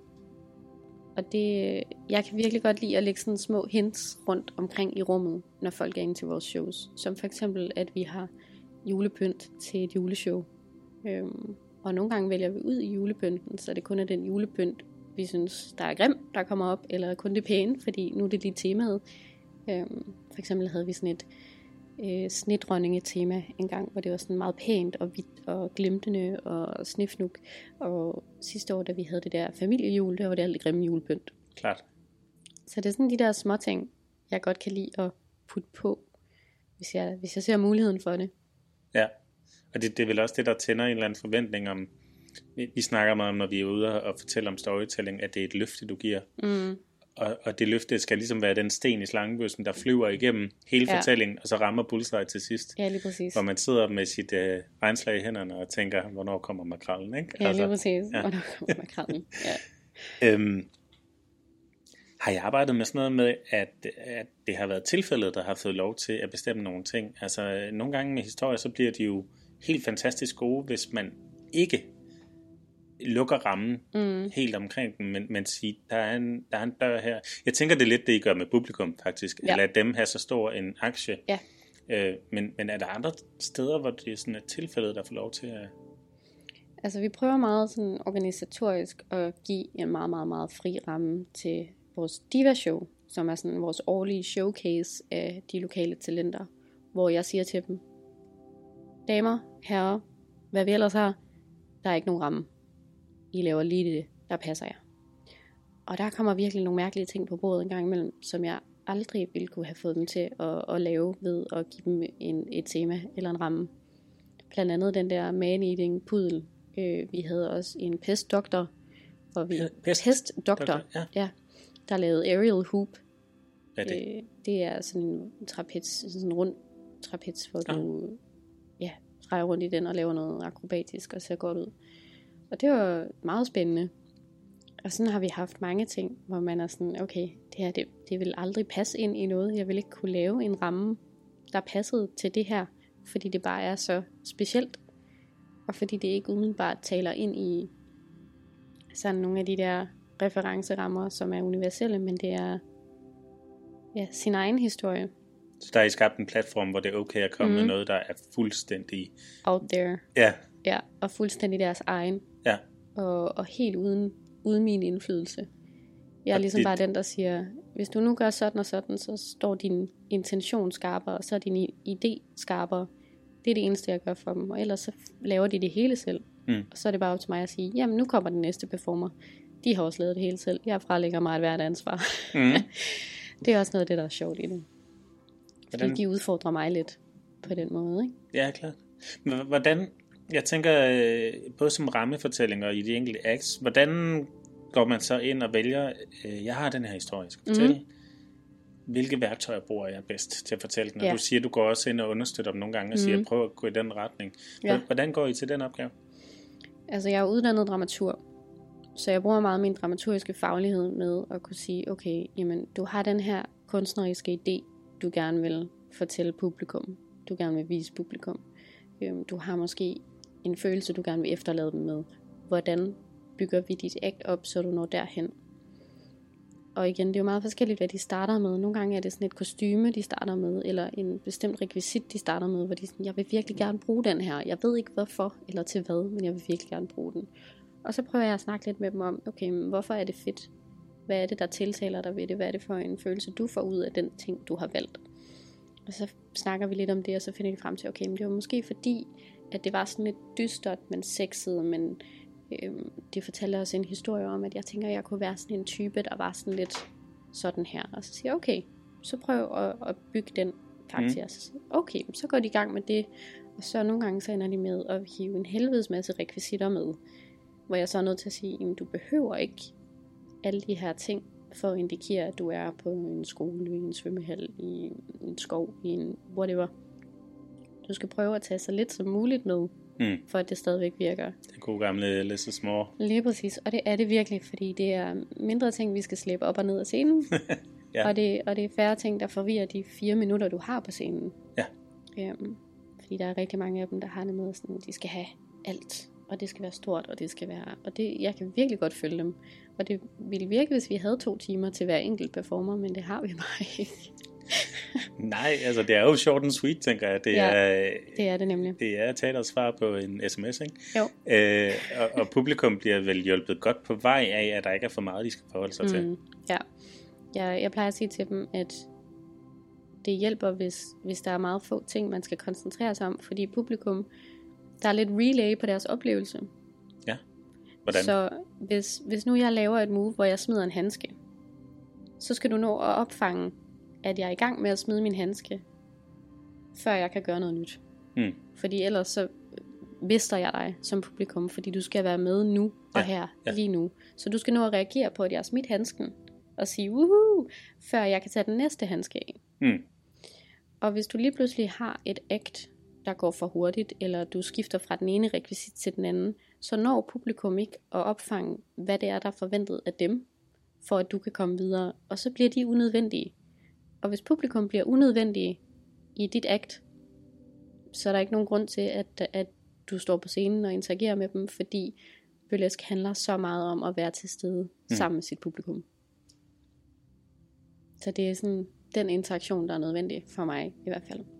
Og det, jeg kan virkelig godt lide at lægge sådan små hints rundt omkring i rummet, når folk er inde til vores shows. Som for eksempel, at vi har julepynt til et juleshow. Øhm, og nogle gange vælger vi ud i julepynten, så det kun er den julepynt, vi synes, der er grim, der kommer op, eller kun det pæne, fordi nu er det lige temaet. Øhm, for eksempel havde vi sådan et øh, snedronninge-tema en gang, hvor det var sådan meget pænt og hvidt og glimtende og snifnuk. Og sidste år, da vi havde det der familiejul, der var det alt det grimme julepynt. Klart. Så det er sådan de der små ting, jeg godt kan lide at putte på, hvis jeg, hvis jeg ser muligheden for det. Ja, og det, det er vel også det, der tænder en eller anden forventning om, vi, vi snakker meget om, når vi er ude og fortæller om storytelling, at det er et løfte, du giver. Mm. Og, og det løfte skal ligesom være den sten i slangebøssen, der flyver igennem hele ja. fortællingen, og så rammer bullseye til sidst. Ja, lige præcis. Hvor man sidder med sit øh, regnslag i hænderne og tænker, hvornår kommer makrellen, ikke? Ja, altså, lige præcis. Ja. Hvornår kommer makrellen, ja. øhm, har jeg arbejdet med sådan noget med, at, at det har været tilfældet, der har fået lov til at bestemme nogle ting? Altså, nogle gange med historier, så bliver de jo helt fantastisk gode, hvis man ikke lukker rammen mm. helt omkring den, men, men siger, der er, en, der er en dør her. Jeg tænker, det er lidt det, I gør med publikum, faktisk. Ja. At lade dem have så stor en aktie. Ja. Øh, men, men er der andre steder, hvor det er sådan et tilfælde, der får lov til at... Altså, vi prøver meget sådan organisatorisk at give en meget, meget, meget fri ramme til vores Diva-show, som er sådan vores årlige showcase af de lokale talenter, hvor jeg siger til dem, damer, herrer, hvad vi ellers har, der er ikke nogen ramme. I laver lige det, der passer jer. Og der kommer virkelig nogle mærkelige ting på bordet en gang imellem, som jeg aldrig ville kunne have fået dem til at, at lave ved at give dem en, et tema eller en ramme. Blandt andet den der man-eating pudel. Øh, vi havde også en pestdoktor, hvor vi Pest. pestdoktor, ja. Ja, der lavede aerial hoop. Hvad er det? Øh, det er sådan en trapez, sådan en rund trapez, hvor ah. du ja, drejer rundt i den og laver noget akrobatisk og ser godt ud. Og det var meget spændende. Og sådan har vi haft mange ting, hvor man er sådan, okay, det her, det, det vil aldrig passe ind i noget. Jeg vil ikke kunne lave en ramme, der passede til det her, fordi det bare er så specielt. Og fordi det ikke umiddelbart taler ind i sådan nogle af de der referencerammer, som er universelle, men det er ja, sin egen historie. Så der er I skabt en platform, hvor det er okay at komme mm. med noget, der er fuldstændig... out there. Ja. Ja, og fuldstændig deres egen. Ja. Og, og helt uden, uden min indflydelse. Jeg er og ligesom det... bare den, der siger, hvis du nu gør sådan og sådan, så står din intention skarpere, og så er din idé skarpere. Det er det eneste, jeg gør for dem. Og ellers så laver de det hele selv. Mm. Og så er det bare op til mig at sige, jamen nu kommer den næste performer. De har også lavet det hele selv. Jeg frelægger mig et hvert ansvar. Mm. Det er også noget af det, der er sjovt i det. Fordi hvordan... de udfordrer mig lidt på den måde, ikke? Ja, klart. Men hvordan... Jeg tænker, både som rammefortællinger og i de enkelte acts, hvordan går man så ind og vælger, øh, jeg har den her historie, jeg skal fortælle. Mm. hvilke værktøjer bruger jeg bedst til at fortælle den? Og ja. du siger, du går også ind og understøtter dem nogle gange, og siger, mm. prøv at gå i den retning. Ja. Hvordan går I til den opgave? Altså, jeg er uddannet dramaturg, så jeg bruger meget min dramaturgiske faglighed med at kunne sige, okay, jamen, du har den her kunstneriske idé, du gerne vil fortælle publikum, du gerne vil vise publikum. Du har måske en følelse, du gerne vil efterlade dem med. Hvordan bygger vi dit act op, så du når derhen? Og igen, det er jo meget forskelligt, hvad de starter med. Nogle gange er det sådan et kostyme, de starter med, eller en bestemt rekvisit, de starter med, hvor de sådan, jeg vil virkelig gerne bruge den her. Jeg ved ikke hvorfor, eller til hvad, men jeg vil virkelig gerne bruge den. Og så prøver jeg at snakke lidt med dem om, okay, men hvorfor er det fedt? Hvad er det, der tiltaler dig ved det? Hvad er det for en følelse, du får ud af den ting, du har valgt? Og så snakker vi lidt om det, og så finder vi frem til, okay, men det var måske fordi, at det var sådan lidt dystert, men sexet, men øhm, det fortæller os en historie om, at jeg tænker, at jeg kunne være sådan en type, der var sådan lidt sådan her. Og så siger jeg, okay, så prøv at, at bygge den karakter. Mm. Så siger jeg, okay, så går de i gang med det. Og så nogle gange så ender de med at hive en helvedes masse rekvisitter med, hvor jeg så er nødt til at sige, at du behøver ikke alle de her ting, for at indikere, at du er på en skole, i en svømmehal, i en skov, i en whatever. Du skal prøve at tage så lidt som muligt med, mm. for at det stadigvæk virker. Det gode gamle less is more. Lige præcis, og det er det virkelig, fordi det er mindre ting, vi skal slæbe op og ned af scenen, ja. og, det, og det er færre ting, der forvirrer de fire minutter, du har på scenen. Ja. Øhm, fordi der er rigtig mange af dem, der har det med, sådan, de skal have alt, og det skal være stort, og det skal være, og det, jeg kan virkelig godt følge dem. Og det ville virke, hvis vi havde to timer til hver enkelt performer, men det har vi bare ikke. Nej, altså det er jo short and sweet, tænker jeg. Det, ja, er, det er det nemlig. Det er teaters svar på en sms, ikke? Jo. Øh, og, og publikum bliver vel hjulpet godt på vej af, at der ikke er for meget, de skal forholde sig mm, til. Ja, jeg, jeg plejer at sige til dem, at det hjælper, hvis, hvis der er meget få ting, man skal koncentrere sig om, fordi publikum, der er lidt relay på deres oplevelse. Ja, hvordan? Så hvis, hvis nu jeg laver et move, hvor jeg smider en handske, så skal du nå at opfange, at jeg er i gang med at smide min handske, før jeg kan gøre noget nyt. Mm. Fordi ellers så mister jeg dig som publikum, fordi du skal være med nu og ja, her, ja. lige nu. Så du skal nå at reagere på, at jeg har smidt handsken, og sige, woohoo, før jeg kan tage den næste handske af. Mm. Og hvis du lige pludselig har et act, der går for hurtigt, eller du skifter fra den ene rekvisit til den anden, så når publikum ikke at opfange, hvad det er, der er forventet af dem, for at du kan komme videre, og så bliver de unødvendige. Og hvis publikum bliver unødvendige i dit act, så er der ikke nogen grund til, at, at du står på scenen og interagerer med dem, fordi burlesk handler så meget om at være til stede mm. sammen med sit publikum. Så det er sådan den interaktion, der er nødvendig for mig i hvert fald.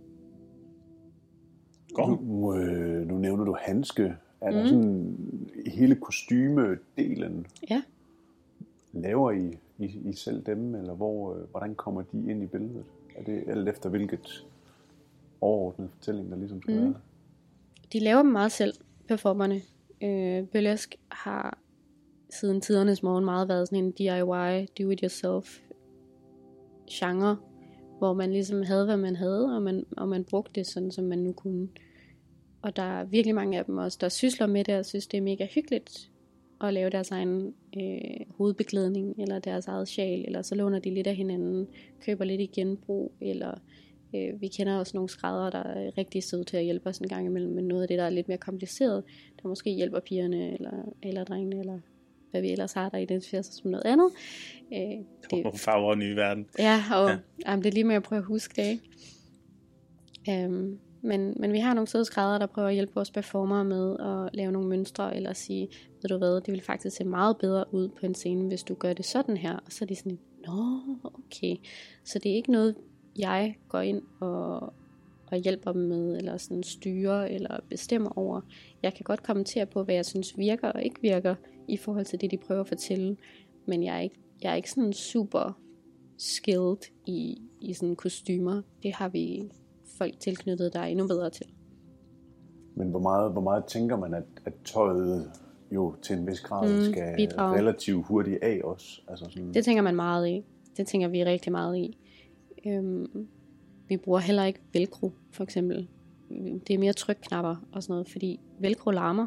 Nu, øh, nu nævner du handske. Er der mm. sådan hele kostymedelen? Ja. Laver I, I, I selv dem, eller hvor, øh, hvordan kommer de ind i billedet? Er det alt efter hvilket overordnet fortælling, der ligesom skal mm. være? De laver dem meget selv, performerne. Øh, burlesk har siden tidernes morgen meget været sådan en D I Y, do-it-yourself genre, hvor man ligesom havde, hvad man havde, og man, og man brugte det sådan, som man nu kunne. Og der er virkelig mange af dem også, der sysler med det, og synes, det er mega hyggeligt at lave deres egen øh, hovedbeklædning, eller deres eget sjal, eller så låner de lidt af hinanden, køber lidt i genbrug, eller øh, vi kender også nogle skræddere, der er rigtig søde til at hjælpe os en gang imellem, men noget af det, der er lidt mere kompliceret, der måske hjælper pigerne, eller, eller drengene, eller hvad vi ellers har, der identificerer sig som noget andet. Øh, det er farver nye verden. Ja, og ja. Jamen, det er lige med at prøve at huske det, ikke? Øhm, men, men vi har nogle søde skræddere, der prøver at hjælpe vores performere med at lave nogle mønstre, eller sige, ved du hvad, det vil faktisk se meget bedre ud på en scene, hvis du gør det sådan her. Og så er de sådan, nå, okay. Så det er ikke noget, jeg går ind og, og hjælper dem med, eller sådan styrer, eller bestemmer over. Jeg kan godt kommentere på, hvad jeg synes virker og ikke virker, i forhold til det, de prøver at fortælle. Men jeg er ikke, jeg er ikke sådan super skilled i, i sådan kostymer. Det har vi folk tilknyttet, der er endnu bedre til. Men hvor meget, hvor meget tænker man, at, at tøjet jo til en vis grad mm, skal bidrage relativt hurtigt af os? Altså sådan... Det tænker man meget i. Det tænker vi rigtig meget i. Øhm, vi bruger heller ikke velcro, for eksempel. Det er mere trykknapper og sådan noget, fordi velcro larmer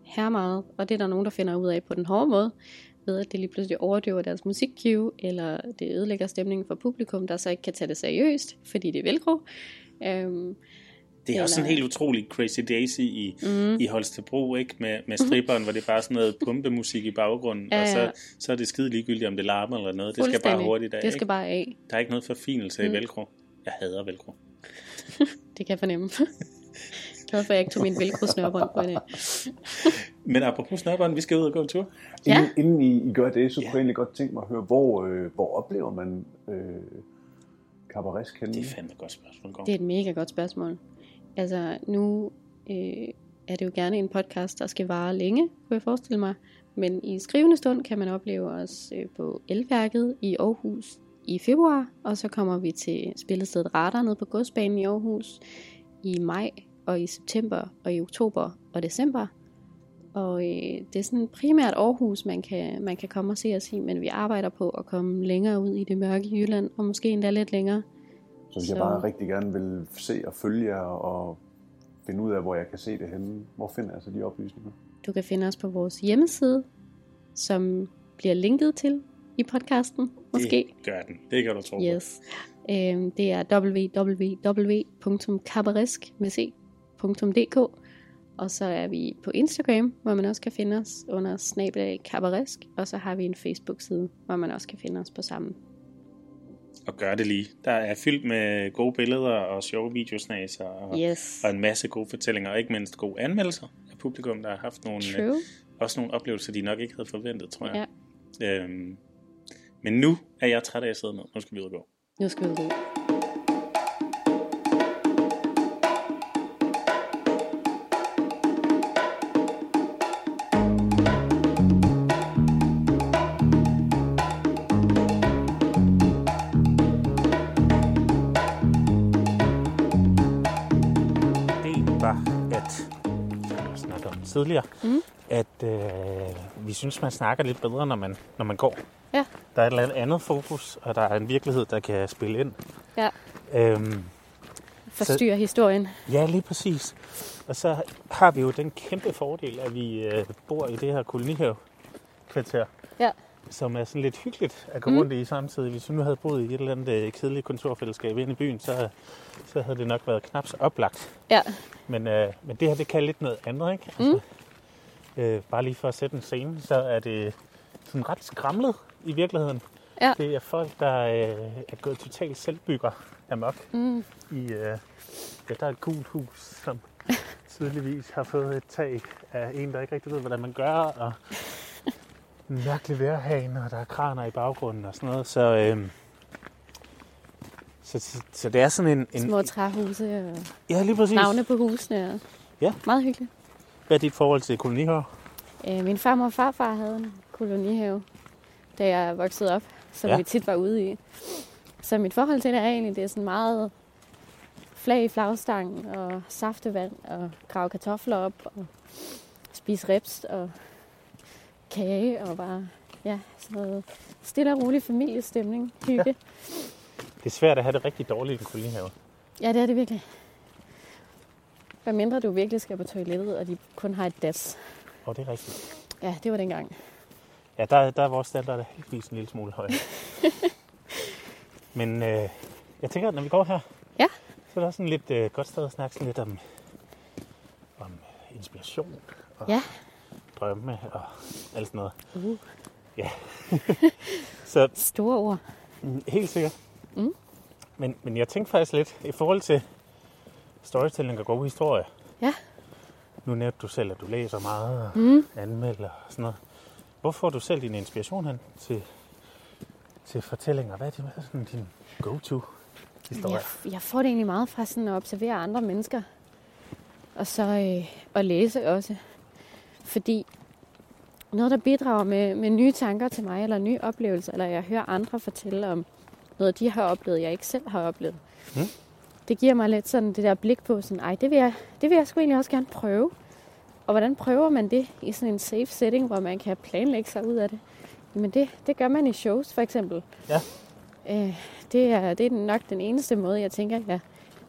her meget, og det er der nogen, der finder ud af på den hårde måde, ved at det lige pludselig overdøver deres musikcue, eller det ødelægger stemningen for publikum, der så ikke kan tage det seriøst, fordi det er velcro. Øhm, det er eller... også sådan helt utroligt Crazy Daisy i, mm. i Holstebro, ikke? Med, med stripperen, hvor det er bare sådan noget pumpemusik i baggrunden, ja, ja. og så, så er det skide ligegyldigt, om det larmer eller noget. Det skal bare hurtigt af. Det skal ikke? bare af. Der er ikke noget forfinelse mm. i velcro. Jeg hader velcro. Det kan jeg fornemme. Glad for, at jeg ikke tog min velcro-snørbånd på det. Men apropos snørbånd, vi skal ud og gå en tur. Ja. Inden, inden I, I gør det, så kunne ja. jeg egentlig godt tænke mig at høre, hvor, øh, hvor oplever man øh, Cabaretsk henne? Det er fandme et godt spørgsmål. Det er et mega godt spørgsmål. Altså, nu øh, er det jo gerne en podcast, der skal vare længe, kunne jeg forestille mig. Men i skrivende stund kan man opleve os øh, på Elværket i Aarhus i februar. Og så kommer vi til spillestedet Radar nede på Godsbanen i Aarhus i maj, og i september, og i oktober og december. Og øh, det er sådan primært Aarhus, man kan, man kan komme og se os i, men vi arbejder på at komme længere ud i det mørke Jylland, og måske endda lidt længere. Så hvis jeg bare rigtig gerne vil se og følge jer, og finde ud af, hvor jeg kan se det henne, hvor finder jeg så de oplysninger? Du kan finde os på vores hjemmeside, som bliver linket til i podcasten, måske. Det gør den, det kan du tro på. Yes. Øhm, det er w w w punktum cabaretsk punktum d k, og så er vi på Instagram, hvor man også kan finde os under snabel-a cabaretsk, og så har vi en Facebook-side, hvor man også kan finde os på samme. Og gør det lige. Der er fyldt med gode billeder og sjove videosnaser og, yes. og en masse gode fortællinger, og ikke mindst gode anmeldelser af publikum, der har haft nogle, øh, også nogle oplevelser, de nok ikke havde forventet, tror jeg. Ja. Øhm, men nu er jeg træt af at sidde ned. Nu skal vi ud og gå. Nu skal vi ud og gå. tidligere, mm. at øh, vi synes, man snakker lidt bedre, når man, når man går. Ja. Der er et eller andet fokus, og der er en virkelighed, der kan spille ind. Ja. Øhm, Forstyrre så, historien. Ja, lige præcis. Og så har vi jo den kæmpe fordel, at vi øh, bor i det her kolonihave-kvarter, ja. som er sådan lidt hyggeligt at gå mm. rundt i samtidig. Hvis vi nu havde boet i et eller andet kedeligt kontorfællesskab inde i byen, så, så havde det nok været knap så oplagt. Ja. Men, øh, men det her, det kan lidt noget andet, ikke? Mm. Altså, øh, bare lige for at sætte en scene, så er det sådan ret skramlet i virkeligheden. Ja. Det er folk, der øh, er gået totalt selvbygger amok. Mm. I, øh, ja, der er et gult hus, som tydeligvis har fået et tag af en, der ikke rigtig ved, hvordan man gør, og en mærkelig vejrhane, og der er kraner i baggrunden og sådan noget. Så, øh, så, så, så det er sådan en... en små træhuse og ja, lige præcis. Navne på husene. Og ja. Meget hyggeligt. Hvad er dit forhold til kolonihave? Øh, min farmor og farfar havde en kolonihave, da jeg voksede op, som ja. vi tit var ude i. Så mit forhold til det er egentlig, det er sådan meget flag i flagstangen og saftevand og grave kartofler op og spise rips og kage og bare ja, sådan noget stille og rolig familiestemning, hygge. Ja. Det er svært at have det rigtig dårligt i en kolonihave. Ja, det er det virkelig. Hvad mindre du virkelig skal på toilettet, og de kun har et das. Åh, oh, det er rigtigt. Ja, det var dengang. Ja, der, der er vores standard heldigvis en lille smule højere. Men øh, jeg tænker, at når vi går her, ja. så er der sådan lidt øh, godt sted at snakke sådan lidt om, om inspiration og ja. drømme og alt sådan noget. Uh. Ja. Så, store ord. Helt sikkert. Mm. Men, men jeg tænkte faktisk lidt, i forhold til storytelling og god historie. Ja. Nu nævnte du selv, at du læser meget og mm. anmelder og sådan noget. Hvor får du selv din inspiration hen til, til fortællinger? Hvad er, det, hvad er sådan din go-to-historie? Jeg, jeg får det egentlig meget fra sådan at observere andre mennesker. Og så øh, at læse også. Fordi noget, der bidrager med, med nye tanker til mig, eller nye oplevelser, eller jeg hører andre fortælle om noget, de har oplevet, jeg ikke selv har oplevet. Mm. Det giver mig lidt sådan det der blik på, sådan, ej, det vil, jeg, det vil jeg sgu egentlig også gerne prøve. Og hvordan prøver man det i sådan en safe setting, hvor man kan planlægge sig ud af det? Men det, det gør man i shows, for eksempel. Ja. Øh, det, er, det er nok den eneste måde, jeg tænker, jeg,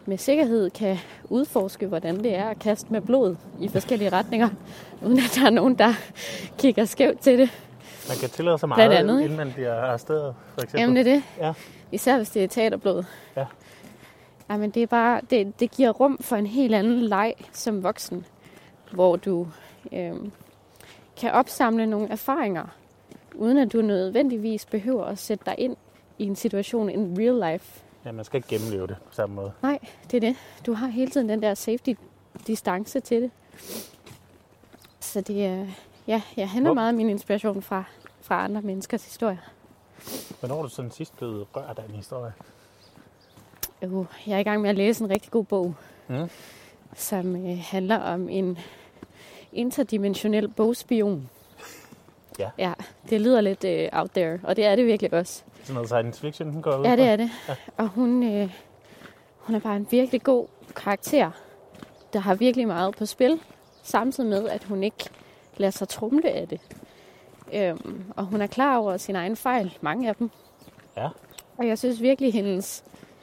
med sikkerhed kan udforske, hvordan det er at kaste med blod i forskellige retninger, uden at der er nogen, der kigger skævt til det. Man kan tillade sig meget, andet, inden man bliver arresteret, for eksempel. Jamen det er det. Ja. Især hvis det er teaterblod. Ja. Jamen det er bare, det, det giver rum for en helt anden leg som voksen, hvor du øh, kan opsamle nogle erfaringer, uden at du nødvendigvis behøver at sætte dig ind i en situation in real life. Ja, man skal ikke gennemleve det på samme måde. Nej, det er det. Du har hele tiden den der safety-distance til det. Så det er, ja, jeg henter meget af min inspiration fra, fra andre menneskers historier. Hvornår er du sådan sidst blevet rørt af en historie? Uh, jeg er i gang med at læse en rigtig god bog, mm. som øh, handler om en interdimensionel bogspion. Ja. Ja, det lyder lidt øh, out there, og det er det virkelig også. Sådan noget science fiction, den går ud. Ja, det er det. Ja. Og hun, øh, hun er bare en virkelig god karakter, der har virkelig meget på spil, samtidig med, at hun ikke lader sig trumle af det. Øhm, og hun er klar over sin egen fejl, mange af dem. Ja. Og jeg synes virkelig, hendes...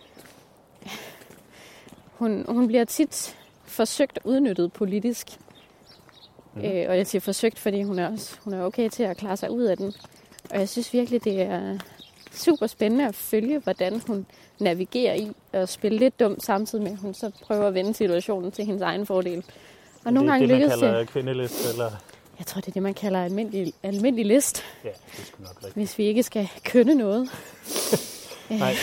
Hun, hun bliver tit forsøgt udnyttet politisk. Mm. Øh, og jeg siger forsøgt, fordi hun er, også, hun er okay til at klare sig ud af den. Og jeg synes virkelig, det er super spændende at følge, hvordan hun navigerer i at spille lidt dumt, samtidig med, at hun så prøver at vende situationen til hendes egen fordel. Og nogle gange lykkes det. Det er det, man kalder kvindelist, eller? Jeg tror, det er det, man kalder almindelig, almindelig list. Ja, det skulle nok rigtigt. Hvis vi ikke skal kønne noget. Nej.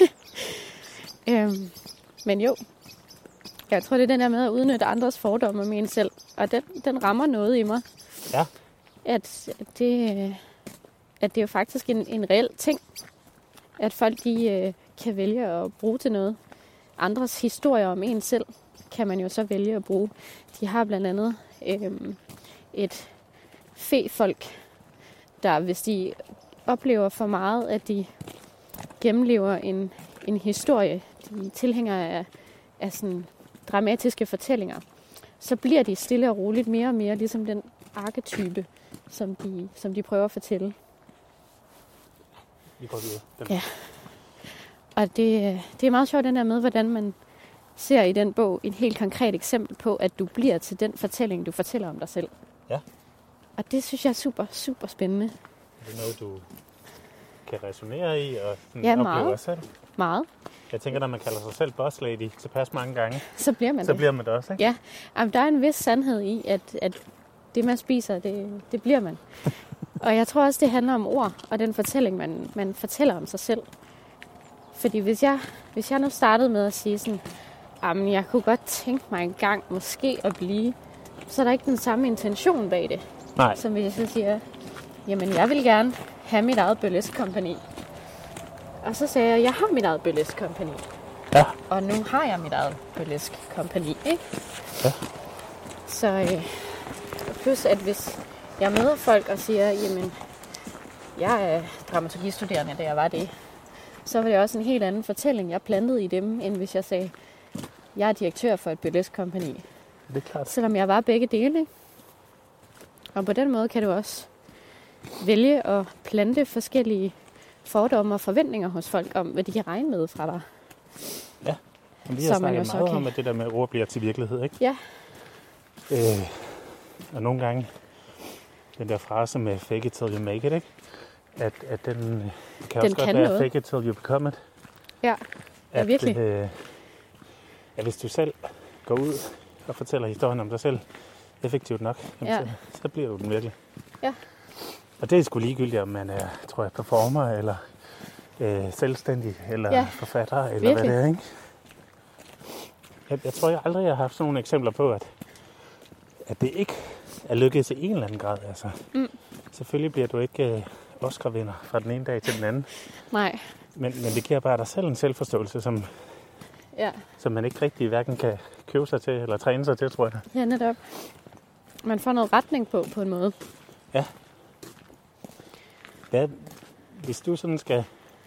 øhm, men jo, jeg tror, det er den der med at udnytte andres fordomme om en selv. Og den, den rammer noget i mig. Ja. At, at, det, at det er jo faktisk en, en reel ting. At folk de, øh, kan vælge at bruge til noget. Andres historier om en selv kan man jo så vælge at bruge. De har blandt andet øh, et fe-folk, der hvis de oplever for meget, at de gennemlever en, en historie, de tilhænger af, af sådan dramatiske fortællinger, så bliver de stille og roligt mere og mere ligesom den arketype, som de, som de prøver at fortælle. Vi går videre. Ja. Og det, det er meget sjovt den der med, hvordan man ser i den bog et helt konkret eksempel på, at du bliver til den fortælling, du fortæller om dig selv. Ja. Og det synes jeg er super, super spændende. Det er noget, du kan resonere i og ja, opleve selv. Meget. Jeg tænker, når man kalder sig selv boss lady tilpas mange gange, så bliver man så det. bliver man det også, ikke? Ja, jamen, der er en vis sandhed i, at, at det, man spiser, det, det bliver man. Og jeg tror også, det handler om ord og den fortælling, man, man fortæller om sig selv. Fordi hvis jeg, hvis jeg nu startede med at sige sådan, jamen, jeg kunne godt tænke mig en gang måske at blive, så er der ikke den samme intention bag det. Nej. Som hvis jeg så siger, jamen, jeg vil gerne have mit eget burlesk-kompagni. Og så sagde jeg, jeg har mit eget burlesk-kompagni. Ja. Og nu har jeg mit eget burlesk-kompagni, ikke? Ja. Så øh, plus, at hvis jeg møder folk og siger, jamen, jeg er dramaturgistuderende, da jeg var det, så var det også en helt anden fortælling, jeg plantede i dem, end hvis jeg sagde, jeg er direktør for et burlesk-kompagni. Det er klart. Selvom jeg var begge dele, ikke? Og på den måde kan du også vælge at plante forskellige fordomme og forventninger hos folk om, hvad de kan regne med fra dig. Ja, men vi har snakket meget okay. om, at det der med ord bliver til virkelighed, ikke? Ja. Øh, og nogle gange, den der frase med fake it till you make it, ikke? At, at den kan den også kan godt være noget. Fake it till you become it. Ja, at, virkelig. Øh, at hvis du selv går ud og fortæller historien om dig selv effektivt nok, ja. så, så bliver du den virkelig. Ja. Og det er sgu ligegyldigt, om man er, tror jeg, performer, eller øh, selvstændig, eller ja. forfatter, eller virkelig. Hvad det er, ikke? Jeg, jeg tror, jeg aldrig har haft sådan nogle eksempler på, at, at det ikke er lykkedes i en eller anden grad. Altså. Mm. Selvfølgelig bliver du ikke øh, Oscar-vinder fra den ene dag til den anden. Nej. Men, men det giver bare dig selv en selvforståelse, som, ja. som man ikke rigtig hverken kan købe sig til, eller træne sig til, tror jeg. Ja, netop. Man får noget retning på, på en måde. Ja. Hvad, hvis du sådan skal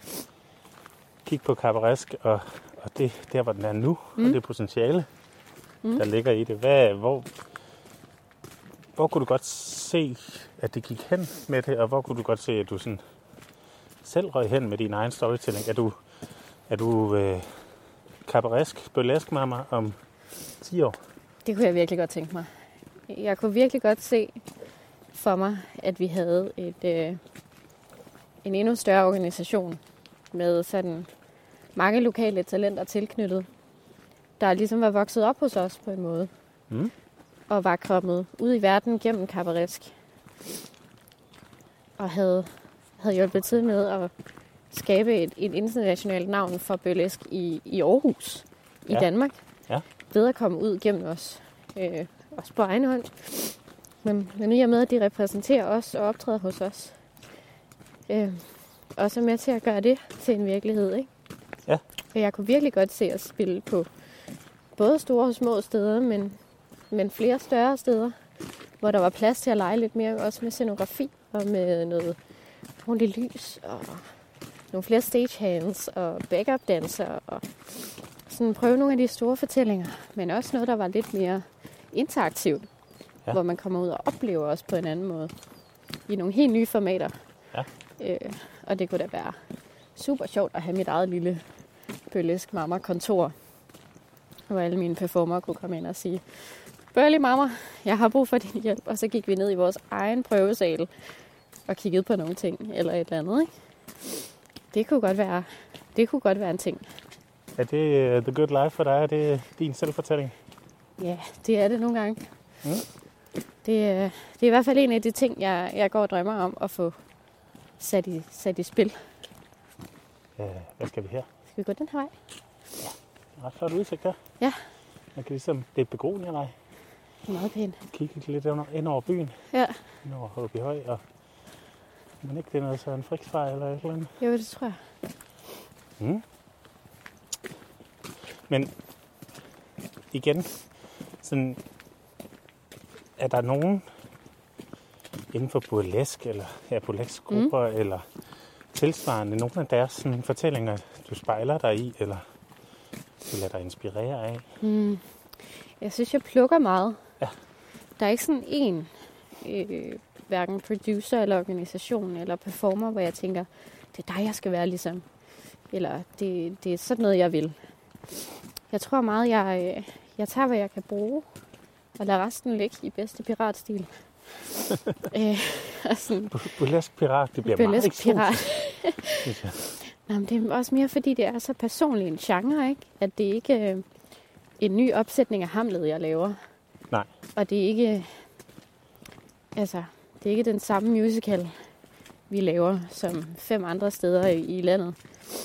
kigge på Cabaretsk, og, og det der, hvor den er nu, mm. og det potentiale, mm. der ligger i det, hvad, hvor, hvor kunne du godt se, at det gik hen med det, og hvor kunne du godt se, at du sådan selv røg hen med din egen storytelling? Er du, er du, øh, cabaretsk, burlesk mamma om ti år? Det kunne jeg virkelig godt tænke mig. Jeg kunne virkelig godt se for mig, at vi havde et, øh, en endnu større organisation med sådan mange lokale talenter tilknyttet, der ligesom var vokset op hos os på en måde. Mm. Og var kommet ud i verden gennem cabaretsk. Og havde, havde hjulpet til med at skabe et, et internationalt navn for burlesk i, i Aarhus, ja. I Danmark. Ja. Ved at komme ud gennem os. Øh, også på egen hånd. Men, men nu er jeg med, at de repræsenterer os og optræder hos os. Øh, og så med til at gøre det til en virkelighed, ikke? Ja. Og jeg kunne virkelig godt se at spille på både store og små steder, men, men flere større steder, hvor der var plads til at lege lidt mere, også med scenografi og med noget ordentligt lys og nogle flere stagehands og backup danser og sådan prøve nogle af de store fortællinger, men også noget, der var lidt mere interaktivt, ja. Hvor man kommer ud og oplever os på en anden måde i nogle helt nye formater. Ja. Øh, og det kunne da være super sjovt at have mit eget lille burlesk mamma-kontor, hvor alle mine performer kunne komme ind og sige, Burly mamma, jeg har brug for din hjælp. Og så gik vi ned i vores egen prøvesal og kiggede på nogle ting eller et eller andet. Ikke? Det kunne godt være, det kunne godt være en ting. Er det uh, the good life for dig? Er det din selvfortælling? Ja, det er det nogle gange. Mm. Det, det er i hvert fald en af de ting, jeg, jeg går og drømmer om at få sat i, sat i spil. Uh, hvad skal vi her? Skal vi gå den her vej? Ja, ret flot udsigt her. Ja. Man kan ligesom, det er Begonia-vej. Meget pænt. Kigge lidt ind over byen. Ja. Ind over Håbyhøj, og men ikke det er noget så en Friksvej eller et eller andet. Jo, det tror jeg. Mm. Men igen, sådan, er der nogen inden for burlesk eller ja, burlesk grupper mm. eller tilsvarende nogle af deres sådan, fortællinger, du spejler dig i, eller du lader dig inspirere af? Mm. Jeg synes, jeg plukker meget. Ja. Der er ikke sådan en, øh, hverken producer eller organisation eller performer, hvor jeg tænker, det er dig, jeg skal være ligesom. Eller det, det er sådan noget, jeg vil. Jeg tror meget, jeg, jeg tager, hvad jeg kan bruge, og lader resten ligge i bedste piratstil. øh, sådan, burlesk pirat, det bliver meget eksotisk. Nå, men det er også mere, fordi det er så personlig en genre, ikke? At det ikke er øh, en ny opsætning af Hamlet, jeg laver. Nej. Og det er ikke, altså, det er ikke den samme musical, vi laver, som fem andre steder i, i landet.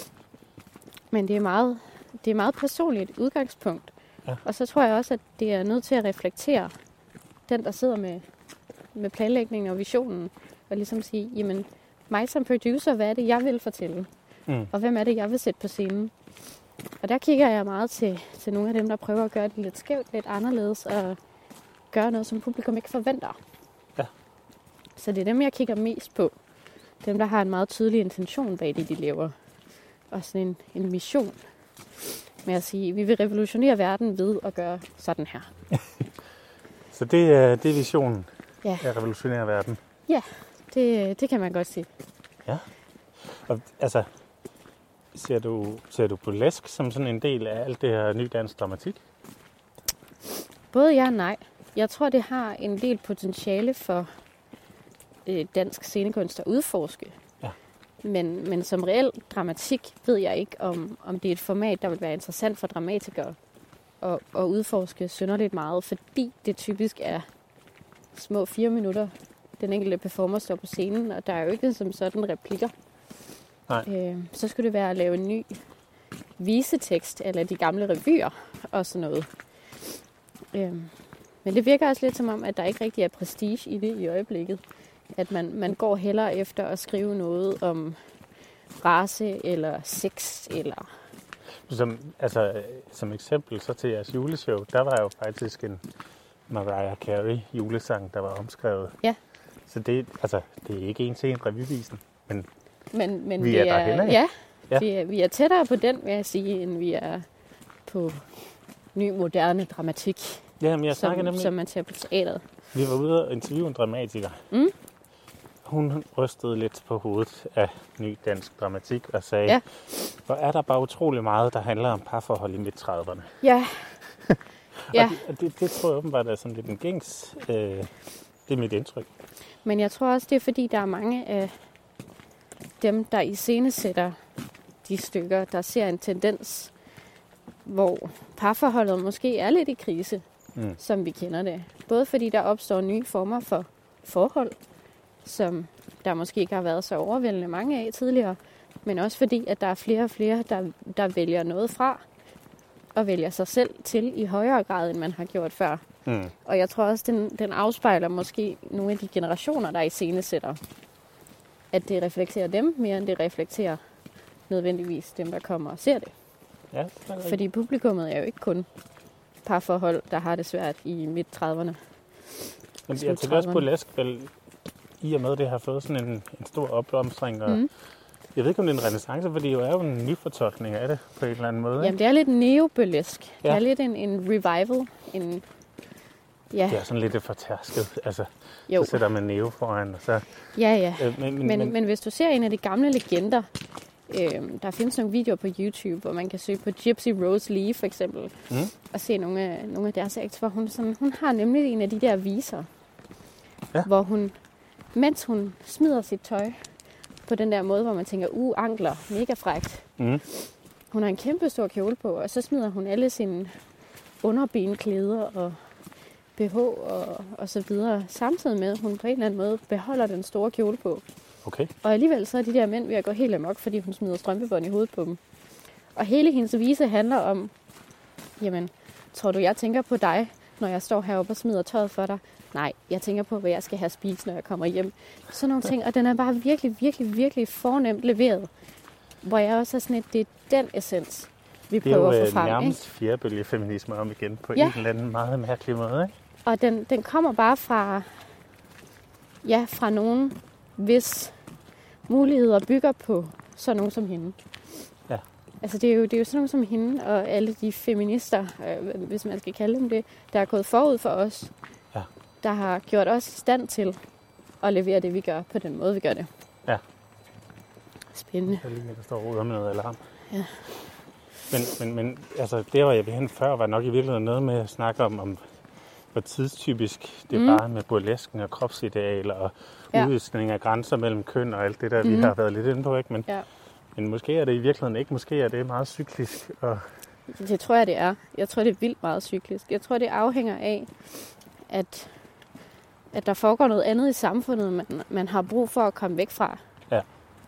Men det er meget, det er meget personligt udgangspunkt. Ja. Og så tror jeg også, at det er nødt til at reflektere den, der sidder med, med planlægningen og visionen. Og ligesom sige, jamen, mig som producer, hvad er det, jeg vil fortælle? Mm. Og hvem er det, jeg vil sætte på scenen? Og der kigger jeg meget til, til nogle af dem, der prøver at gøre det lidt skævt, lidt anderledes, og gøre noget, som publikum ikke forventer. Ja. Så det er dem, jeg kigger mest på. Dem, der har en meget tydelig intention bag det, de laver. Og sådan en, en mission med at sige, vi vil revolutionere verden ved at gøre sådan her. Så det er, det er visionen, ja. At revolutionere verden? Ja, det, det kan man godt sige. Ja. Og altså, ser du, ser du burlesk som sådan en del af alt det her nydansk dramatik? Både ja og nej. Jeg tror, det har en del potentiale for øh, dansk scenekunst at udforske. Ja. Men, men som reel dramatik ved jeg ikke, om, om det er et format, der vil være interessant for dramatikere at, at udforske synderligt meget, fordi det typisk er små fire minutter. Den enkelte performer står på scenen, og der er jo ikke som sådan replikker. Nej. Øh, så skulle det være at lave en ny visetekst, eller de gamle revyer og sådan noget. Øh, men det virker også lidt som om, at der ikke rigtig er prestige i det i øjeblikket. At man, man går hellere efter at skrive noget om race eller sex eller... Som, altså, som eksempel så til jeres juleshow, der var jo faktisk en Mariah Carey julesang, der var omskrevet. Ja. Så det, altså, det er ikke en til en revyvisen, men, men, men vi, vi er, er derhen af. Ja, ja. Vi, er, vi er tættere på den, vil jeg sige, end vi er på ny moderne dramatik, ja, men jeg som, nemlig, som man ser på teateret. Vi var ude og interviewe en dramatiker. Mm. hun rystede lidt på hovedet af ny dansk dramatik og sagde, Ja. hvor er der bare utrolig meget, der handler om parforhold i midt trediverne. Ja. Ja. Og, det, og det, det tror jeg åbenbart er sådan lidt en gængs, øh, det er mit indtryk. Men jeg tror også, det er fordi, der er mange af dem, der iscenesætter de stykker, der ser en tendens, hvor parforholdet måske er lidt i krise, mm. som vi kender det. Både fordi der opstår nye former for forhold, som der måske ikke har været så overvældende mange af tidligere, men også fordi, at der er flere og flere, der, der vælger noget fra, og vælger sig selv til i højere grad, end man har gjort før. Mm. Og jeg tror også, den, den afspejler måske nogle af de generationer, der iscenesætter, at det reflekterer dem mere, end det reflekterer nødvendigvis dem, der kommer og ser det. Ja, det fordi publikummet er jo ikke kun parforhold, der har det svært i midt trediverne. Men jeg tænker også på Læsk, vel, i og med det har fået sådan en, en stor opblomstring, og mm. jeg ved ikke, om det er en renæssance, for det jo er jo en nyfortolkning af det på en eller anden måde. Ikke? Jamen, det er lidt neobølæsk. Ja. Det er lidt en, en revival. En, ja. Det er sådan lidt fortærsket. Altså, jo. Så sætter man neo foran, og så... Ja, ja. Øh, men, men, men, men, men hvis du ser en af de gamle legender, øh, der findes nogle videoer på YouTube, hvor man kan søge på Gypsy Rose Lee, for eksempel, mm. og se nogle af, nogle af deres acts, hvor hun, sådan, hun har nemlig en af de der viser, ja. Hvor hun, mens hun smider sit tøj, på den der måde, hvor man tænker, uh, ankler, mega frækt. Mm. Hun har en kæmpe stor kjole på, og så smider hun alle sine underbenklæder og B H og, og så videre, samtidig med, at hun på en eller anden måde beholder den store kjole på. Okay. Og alligevel så er de der mænd ved at gå helt amok, fordi hun smider strømpebånd i hovedet på dem. Og hele hendes vise handler om, jamen, tror du, jeg tænker på dig, når jeg står heroppe og smider tøjet for dig? Nej, jeg tænker på, hvad jeg skal have spist, når jeg kommer hjem. Sådan nogle ting, og den er bare virkelig, virkelig, virkelig fornemt leveret. Hvor jeg også er sådan et, det er den essens, vi prøver at få frem. Det er jo nærmest fjerbølgefeminisme om igen, på ja. En eller anden meget mærkelig måde, ikke? Og den, den kommer bare fra, ja, fra nogen, hvis muligheder bygger på sådan nogen som hende. Ja. Altså det er jo, det er jo sådan nogen som hende og alle de feminister, øh, hvis man skal kalde dem det, der er gået forud for os. Ja. Der har gjort os i stand til at levere det, vi gør, på den måde, vi gør det. Ja. Spændende. Jeg lige der står og ruder med noget alarm. Ja. Men, men, men altså, det var jeg ved hen før, var nok i virkeligheden noget med at snakke om, om hvor tidstypisk det mm. bare med burlesken og kropsidealer og ja. Udviskning af grænser mellem køn og alt det der, mm. vi har været lidt inde på, ikke? Men, ja. men måske er det i virkeligheden ikke. Måske er det meget cyklisk. Og... Det tror jeg, det er. Jeg tror, det er vildt meget cyklisk. Jeg tror, det afhænger af, at, at der foregår noget andet i samfundet, man, man har brug for at komme væk fra. Ja.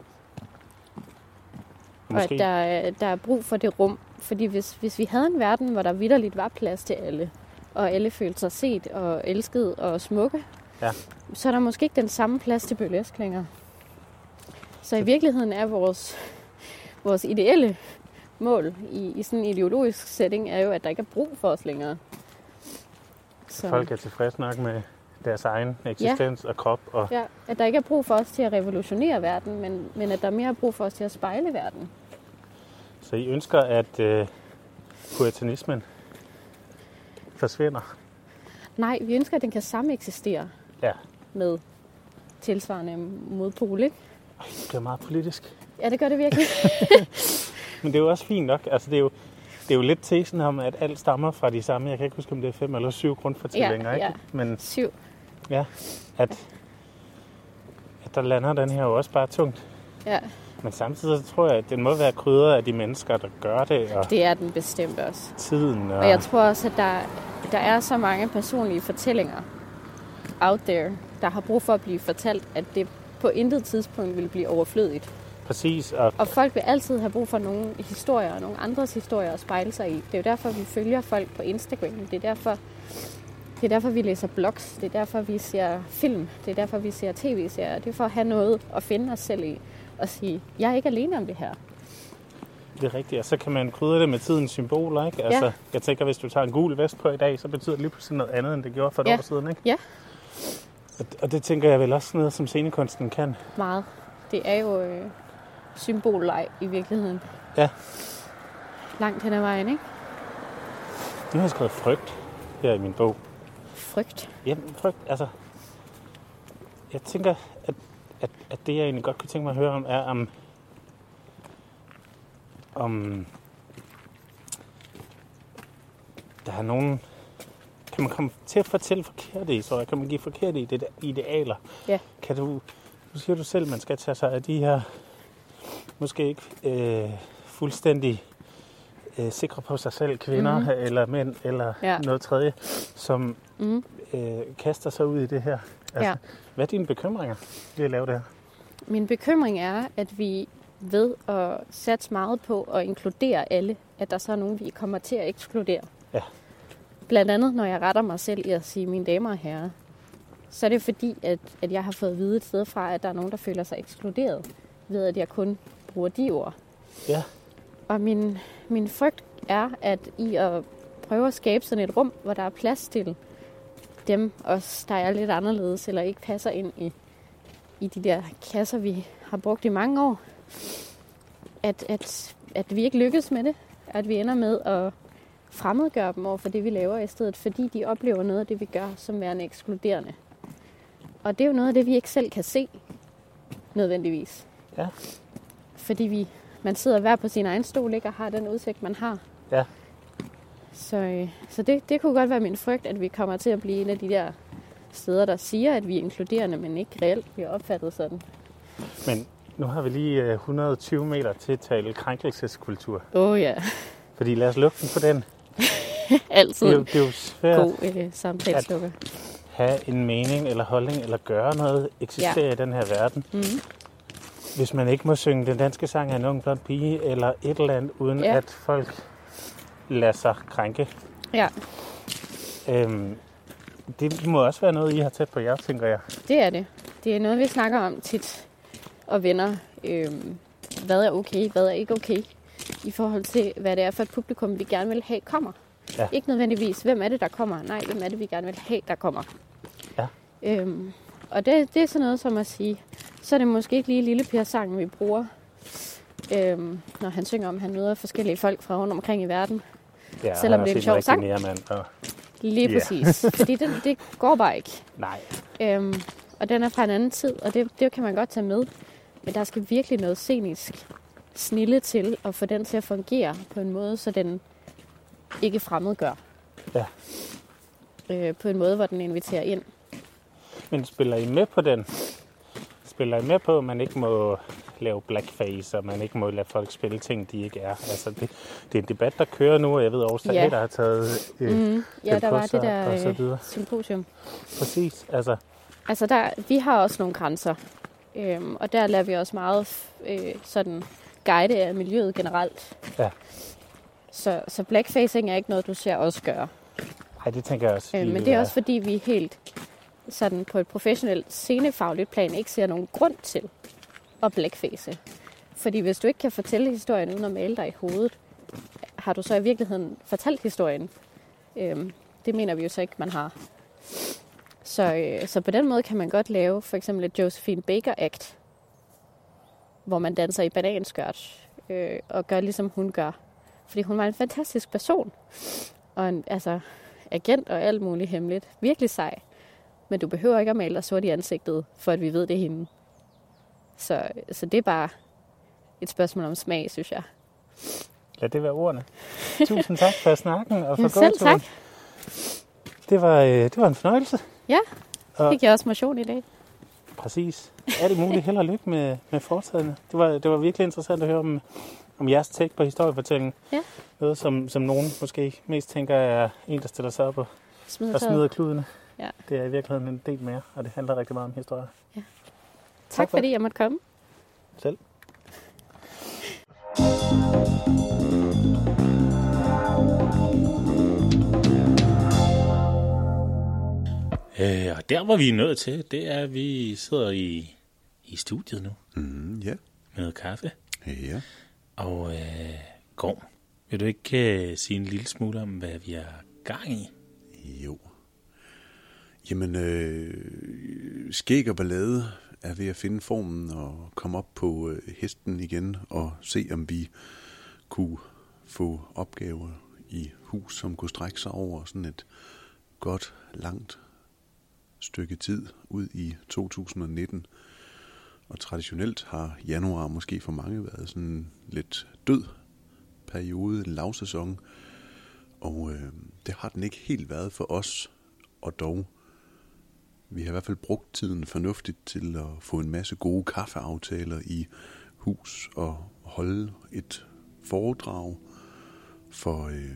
Måske. Og at der, der er brug for det rum. Fordi hvis, hvis vi havde en verden, hvor der vitterligt var plads til alle, og alle følte sig set og elsket og smukke, ja. Så er der måske ikke den samme plads til burlesk længere. Så i virkeligheden er vores, vores ideelle mål i, i sådan en ideologisk setting, er jo, at der ikke er brug for os længere. Så folk er tilfredse nok med deres egen eksistens ja. Og krop. Og... Ja, at der ikke er brug for os til at revolutionere verden, men, men at der er mere brug for os til at spejle verden. Så I ønsker, at øh, puritanismen forsvinder? Nej, vi ønsker, at den kan sameksistere ja. Med tilsvarende modpol, ikke? Ej, det er meget politisk. Ja, det gør det virkelig. Men det er jo også fint nok. Altså, det er jo, det er jo lidt tesen om, at alt stammer fra de samme. Jeg kan ikke huske, om det er fem eller syv grundfortællinger, ja, ikke? Ja, men, syv. Ja, at, at der lander den her jo også bare tungt. Ja. Men samtidig så tror jeg, at den må være krydret af de mennesker, der gør det. Og det er den bestemt også. Tiden. Og, og jeg tror også, at der, der er så mange personlige fortællinger out there, der har brug for at blive fortalt, at det på intet tidspunkt vil blive overflødigt. Præcis. Og, og folk vil altid have brug for nogle historier og nogle andres historier at spejle sig i. Det er jo derfor, vi følger folk på Instagram. Det er derfor, det er derfor vi læser blogs. Det er derfor, vi ser film. Det er derfor, vi ser tv-serier. Det er for at have noget at finde os selv i. Og sige, jeg er ikke alene om det her. Det er rigtigt, og så kan man krydre det med tidens symboler, ikke? Altså, ja. Jeg tænker, hvis du tager en gul vest på i dag, så betyder det lige pludselig noget andet, end det gjorde for et ja. år siden, ikke? Ja. Og, og det tænker jeg vel også noget, som scenekunsten kan. Meget. Det er jo øh, symbolleg i virkeligheden. Ja. Langt hen ad vejen, ikke? Nu har jeg skrevet frygt her i min bog. Frygt? Jamen, frygt, altså... Jeg tænker, at at, at det, jeg egentlig godt kunne tænke mig at høre om, er om, om der er nogen... Kan man komme til at fortælle forkerte historier? Kan man give forkerte idealer? Ja. Kan du... Nu siger du selv, at man skal tage sig af de her... Måske ikke øh, fuldstændig øh, sikre på sig selv, kvinder mm-hmm. eller mænd eller ja. noget tredje, som mm. øh, kaster sig ud i det her. Altså, ja. Hvad er dine bekymringer ved at lave det her? Min bekymring er, at vi ved at satse meget på at inkludere alle, at der så er nogen, vi kommer til at ekskludere. Ja. Blandt andet, når jeg retter mig selv i at sige mine damer og herrer, så er det fordi, at, at jeg har fået at vide et sted fra, at der er nogen, der føler sig ekskluderet ved, at jeg kun bruger de ord. Ja. Og min, min frygt er, at i at prøve at skabe sådan et rum, hvor der er plads til dem, os, der er lidt anderledes, eller ikke passer ind i, i de der kasser, vi har brugt i mange år, at, at, at vi ikke lykkes med det. At vi ender med at fremmedgøre dem over for det, vi laver i stedet, fordi de oplever noget af det, vi gør, som værende ekskluderende. Og det er jo noget af det, vi ikke selv kan se, nødvendigvis. Ja. Fordi vi, man sidder hver på sin egen stol, ikke, og har den udsigt, man har. Ja. Så, så det, det kunne godt være min frygt, at vi kommer til at blive en af de der steder, der siger, at vi er inkluderende, men ikke reelt bliver opfattet sådan. Men nu har vi lige et hundrede og tyve meter til at tale krænkelseskultur. Åh oh, ja. Fordi lad os lukke den på den. Altid. Det er jo, det er jo svært god øh, samtaleslukker. At have en mening eller holdning eller gøre noget, eksistere ja. i den her verden. Mm-hmm. Hvis man ikke må synge den danske sang af en ung blond pige eller et eller andet, uden ja. at folk lader sig krænke. Ja. Øhm, det må også være noget, I har tæt på jer, tænker jeg. Det er det. Det er noget, vi snakker om tit og venner. Øhm, hvad er okay, hvad er ikke okay, i forhold til, hvad det er for et publikum, vi gerne vil have kommer. Ja. Ikke nødvendigvis, hvem er det, der kommer? Nej, hvem er det, vi gerne vil have, der kommer? Ja. Øhm, og det, det er sådan noget som at sige, så er det måske ikke lige Lille Per-sangen, vi bruger, øhm, når han synger om, at han møder forskellige folk fra rundt omkring i verden. Ja, selvom det er en sjov sang. Og... Lige yeah. præcis. Fordi det, det går bare ikke. Nej. Øhm, og den er fra en anden tid, og det, det kan man godt tage med. Men der skal virkelig noget scenisk snille til at få den til at fungere på en måde, så den ikke fremmedgør. Ja. Øh, på en måde, hvor den inviterer ind. Men spiller I med på den? Spiller I med på, at man ikke må lave blackface, og man ikke må lade folk spille ting, de ikke er? Altså, det, det er en debat, der kører nu, og jeg ved også, at ja. der har taget øh, mm, ja, der var det der symposium. Præcis, altså. Altså, der, vi har også nogle grænser, øhm, og der lader vi også meget øh, sådan guide af miljøet generelt. Ja. Så, så blackfacing er ikke noget, du ser os gøre. Nej, det tænker jeg også. Øh, men det er også, fordi vi helt sådan på et professionelt scenefagligt plan ikke ser nogen grund til at blackface. Fordi hvis du ikke kan fortælle historien uden at male dig i hovedet, har du så i virkeligheden fortalt historien? Øhm, det mener vi jo så ikke, man har. Så, øh, så på den måde kan man godt lave for eksempel et Josephine Baker Act, hvor man danser i bananskørt øh, og gør ligesom hun gør. Fordi hun var en fantastisk person. Og en altså, agent og alt muligt hemmeligt. Virkelig sej. Men du behøver ikke at male dig sort i ansigtet, for at vi ved, det er hende. Så, så det er bare et spørgsmål om smag, synes jeg. Lad det være ordene. Tusind tak for snakken og for ja, selv tak. Det var, det var en fornøjelse. Ja, og fik jeg også motion i dag. Præcis. Alt muligt held og lykke med, med fortiderne. Det var, det var virkelig interessant at høre om, om jeres take på historiefortællingen. Ja. Noget, som, som nogen måske mest tænker er en, der stiller sig op og smider, og smider kludene. Ja. Det er i virkeligheden en del mere, og det handler rigtig meget om historie. Ja. Tak, tak for fordi jeg måtte komme. Selv. Øh, og der, hvor vi er nået til, det er, at vi sidder i, i studiet nu. Mm, yeah. Med noget kaffe. Ja. Og øh, Gorm, vil du ikke øh, sige en lille smule om, hvad vi er gang i? Jo. Jamen, øh, Skæg og Ballade er ved at finde formen og komme op på øh, hesten igen og se, om vi kunne få opgaver i hus, som kunne strække sig over sådan et godt, langt stykke tid ud i to tusind nitten. Og traditionelt har januar måske for mange været sådan en lidt død periode, en lavsæson. Og øh, det har den ikke helt været for os, og dog. Vi har i hvert fald brugt tiden fornuftigt til at få en masse gode kaffeaftaler i hus og holde et foredrag for øh,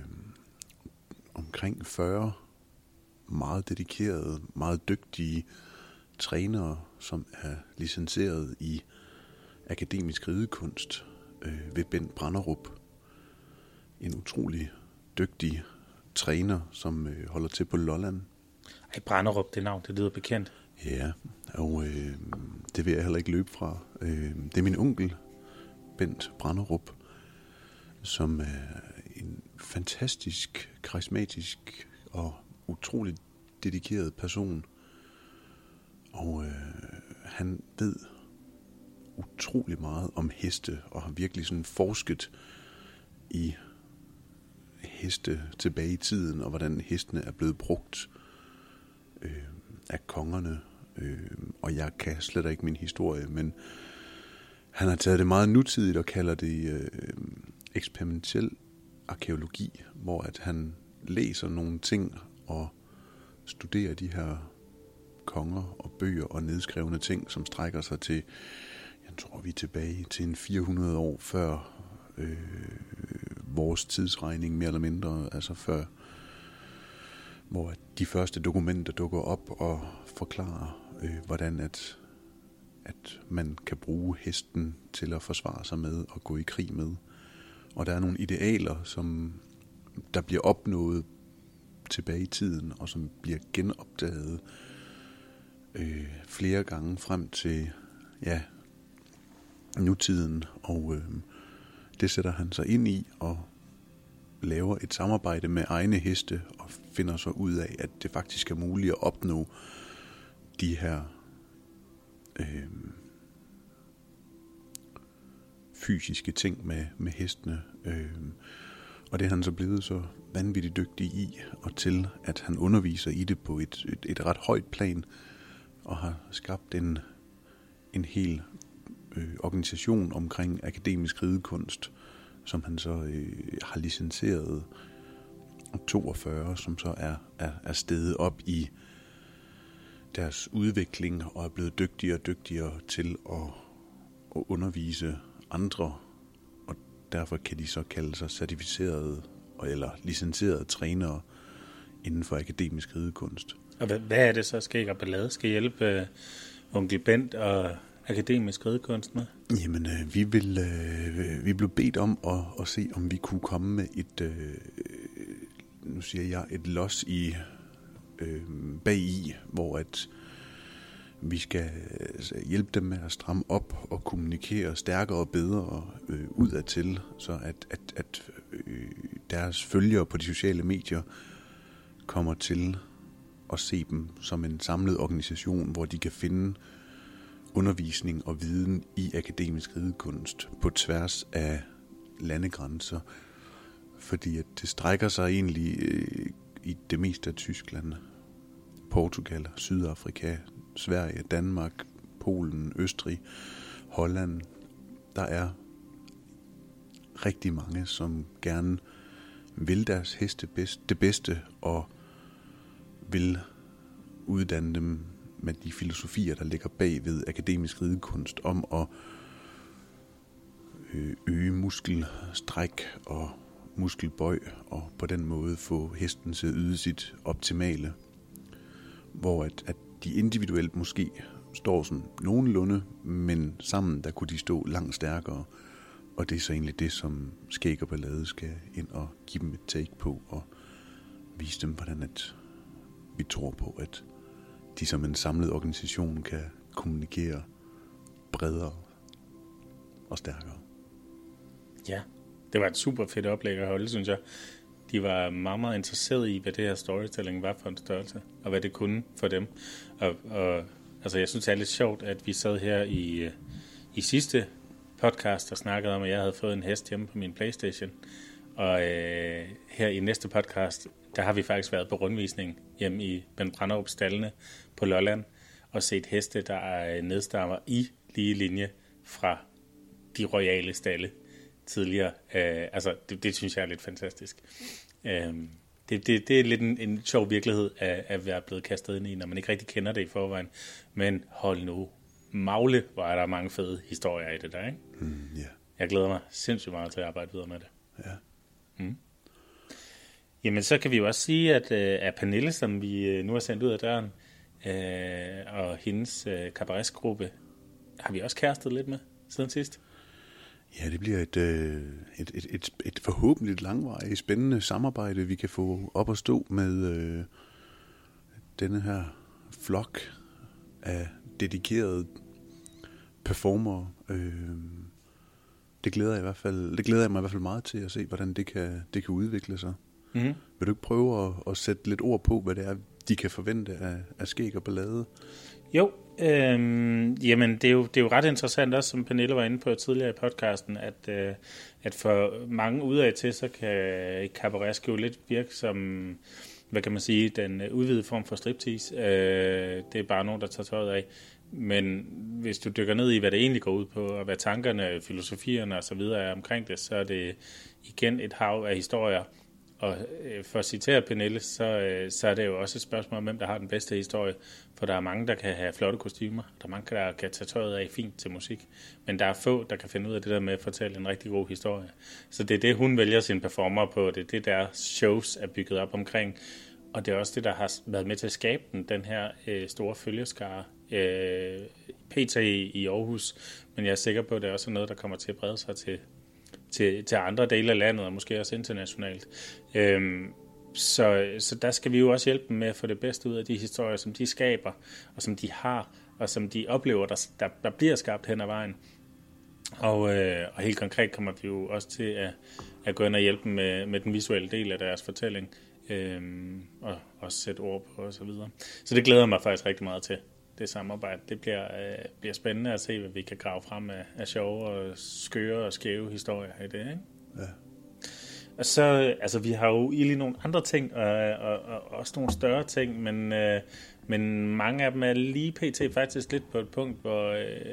omkring fyrre meget dedikerede, meget dygtige trænere, som er licenseret i akademisk ridekunst øh, ved Bent Branderup. En utrolig dygtig træner, som øh, holder til på Lolland. Ej, Branderup, det navn, det lyder bekendt. Ja, og øh, det vil jeg heller ikke løbe fra. Øh, det er min onkel, Bent Branderup, som er en fantastisk, karismatisk og utroligt dedikeret person. Og øh, han ved utrolig meget om heste, og har virkelig sådan forsket i heste tilbage i tiden, og hvordan hestene er blevet brugt øh, af kongerne. Øh, og jeg kan slet ikke min historie, men han har taget det meget nutidigt og kalder det øh, eksperimentel arkæologi, hvor at han læser nogle ting og studerer de her konger og bøger og nedskrevne ting, som strækker sig til, jeg tror vi er tilbage til en fire hundrede år før øh, vores tidsregning, mere eller mindre, altså før, hvor de første dokumenter dukker op og forklarer, øh, hvordan at, at man kan bruge hesten til at forsvare sig med og gå i krig med. Og der er nogle idealer, som der bliver opnået tilbage i tiden, og som bliver genopdaget øh, flere gange frem til ja, nutiden. Og øh, det sætter han sig ind i og laver et samarbejde med egne heste og finder så ud af, at det faktisk er muligt at opnå de her øh, fysiske ting med, med hestene. Øh, og det er han så blevet så vanvittigt dygtig i, og til at han underviser i det på et, et, et ret højt plan, og har skabt en, en hel øh, organisation omkring akademisk ridekunst, som han så øh, har licenseret toogfyrre, som så er, er, er steget op i deres udvikling og er blevet dygtigere og dygtigere til at, at undervise andre, og derfor kan de så kalde sig certificerede eller licenserede trænere inden for akademisk ridekunst. Og hvad, hvad er det så, Skæg og Ballade skal hjælpe uh, onkel Bent og akademisk ridekunst med? Jamen, øh, vi, vil, øh, vi blev bedt om at, at se, om vi kunne komme med et, øh, nu siger jeg, et los i øh, bagi, hvor at vi skal altså, hjælpe dem med at stramme op og kommunikere stærkere og bedre øh, udadtil, så at, at, at øh, deres følgere på de sociale medier kommer til at se dem som en samlet organisation, hvor de kan finde undervisning og viden i akademisk ridekunst på tværs af landegrænser, fordi at det strækker sig egentlig øh, i det meste af Tyskland, Portugal, Sydafrika, Sverige, Danmark, Polen, Østrig, Holland. Der er rigtig mange, som gerne vil deres heste bedst, det bedste og vil uddanne dem med de filosofier, der ligger bag ved akademisk ridekunst, om at øge muskelstræk og muskelbøj, og på den måde få hesten til at yde sit optimale. Hvor at, at de individuelt måske står sådan nogenlunde, men sammen der kunne de stå langt stærkere. Og det er så egentlig det, som Skæg og Ballade skal ind og give dem et take på, og vise dem, hvordan at vi tror på, at de som en samlet organisation kan kommunikere bredere og stærkere. Ja, det var et super fedt oplæg at holde, synes jeg. De var meget, meget interesserede i, hvad det her storytelling var for en størrelse, og hvad det kunne for dem. Og, og altså, jeg synes, det er lidt sjovt, at vi sad her i, i sidste podcast og snakkede om, at jeg havde fået en hest hjemme på min PlayStation. Og øh, her i næste podcast, der har vi faktisk været på rundvisning hjemme i Bent Branderup stallene på Lolland og set heste, der er nedstammer i lige linje fra de royale stalle tidligere. Øh, altså, det, det synes jeg er lidt fantastisk. Øh, det, det, det er lidt en, en sjov virkelighed at, at være blevet kastet ind i, når man ikke rigtig kender det i forvejen. Men hold nu, magle, hvor er der mange fede historier i det der, ikke? Mm, yeah. Jeg glæder mig sindssygt meget til at arbejde videre med det. Ja. Mm. Jamen, så kan vi jo også sige, at, at Pernille, som vi nu har sendt ud af døren, øh, og hendes øh, cabaretgruppe, har vi også kærestet lidt med siden sidst. Ja, det bliver et, øh, et, et, et, et forhåbentlig langvarigt spændende samarbejde, vi kan få op at stå med øh, denne her flok af dedikerede performere. Øh, det glæder jeg i hvert fald, det glæder jeg mig i hvert fald meget til at se, hvordan det kan, det kan udvikle sig. Mm-hmm. Vil du ikke prøve at, at sætte lidt ord på, hvad det er, de kan forvente af, af skæg og ballade? Jo, øhm, jamen det er jo, det er jo ret interessant også, som Pernille var inde på tidligere i podcasten, at, øh, at for mange udad til, så kan cabaret jo lidt virke som, hvad kan man sige, den udvidede form for striptease. Øh, det er bare nogen, der tager tøjet af. Men hvis du dykker ned i, hvad det egentlig går ud på, og hvad tankerne, filosofierne og så videre er omkring det, så er det igen et hav af historier. Og for at citere Pernille, så, så er det jo også et spørgsmål om, hvem der har den bedste historie. For der er mange, der kan have flotte kostymer. Der er mange, der kan tage tøjet af fint til musik. Men der er få, der kan finde ud af det der med at fortælle en rigtig god historie. Så det er det, hun vælger sine performer på. Det er det, der shows er bygget op omkring. Og det er også det, der har været med til at skabe den, den her øh, store følgeskare. Øh, P T i Aarhus. Men jeg er sikker på, at det er også noget, der kommer til at brede sig til Til, til andre dele af landet, og måske også internationalt. Øhm, så, så der skal vi jo også hjælpe dem med at få det bedste ud af de historier, som de skaber, og som de har, og som de oplever, der, der, der bliver skabt hen ad vejen. Og, øh, og helt konkret kommer vi jo også til at, at gå ind og hjælpe dem med, med den visuelle del af deres fortælling, øhm, og også sætte ord på og så videre. Så det glæder mig faktisk rigtig meget til. Det samarbejde, det bliver, øh, bliver spændende at se, hvad vi kan grave frem af, af sjove og skøre og skæve historier i det, ikke? Ja. Og så, altså vi har jo lige nogle andre ting, og, og, og også nogle større ting, men, øh, men mange af dem er lige pt. Faktisk lidt på et punkt, hvor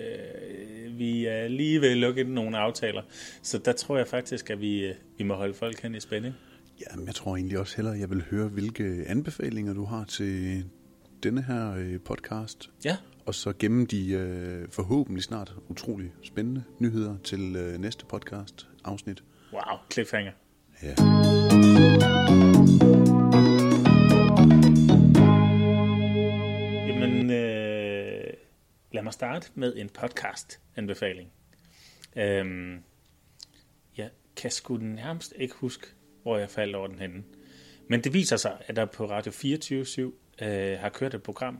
øh, vi er lige ved at lukke nogle aftaler. Så der tror jeg faktisk, at vi, vi må holde folk hen i spænding. Jamen, jeg tror egentlig også hellere, jeg vil høre, hvilke anbefalinger du har til denne her øh, podcast. Ja. Og så gemme de øh, forhåbentlig snart utrolig spændende nyheder til øh, næste podcast afsnit. Wow, cliffhanger. Ja. Jamen, øh, lad mig starte med en podcast-anbefaling. Øhm, jeg kan sgu nærmest ikke huske, hvor jeg faldt over den henne. Men det viser sig, at der på Radio fireogtyve syv øh, har kørt et program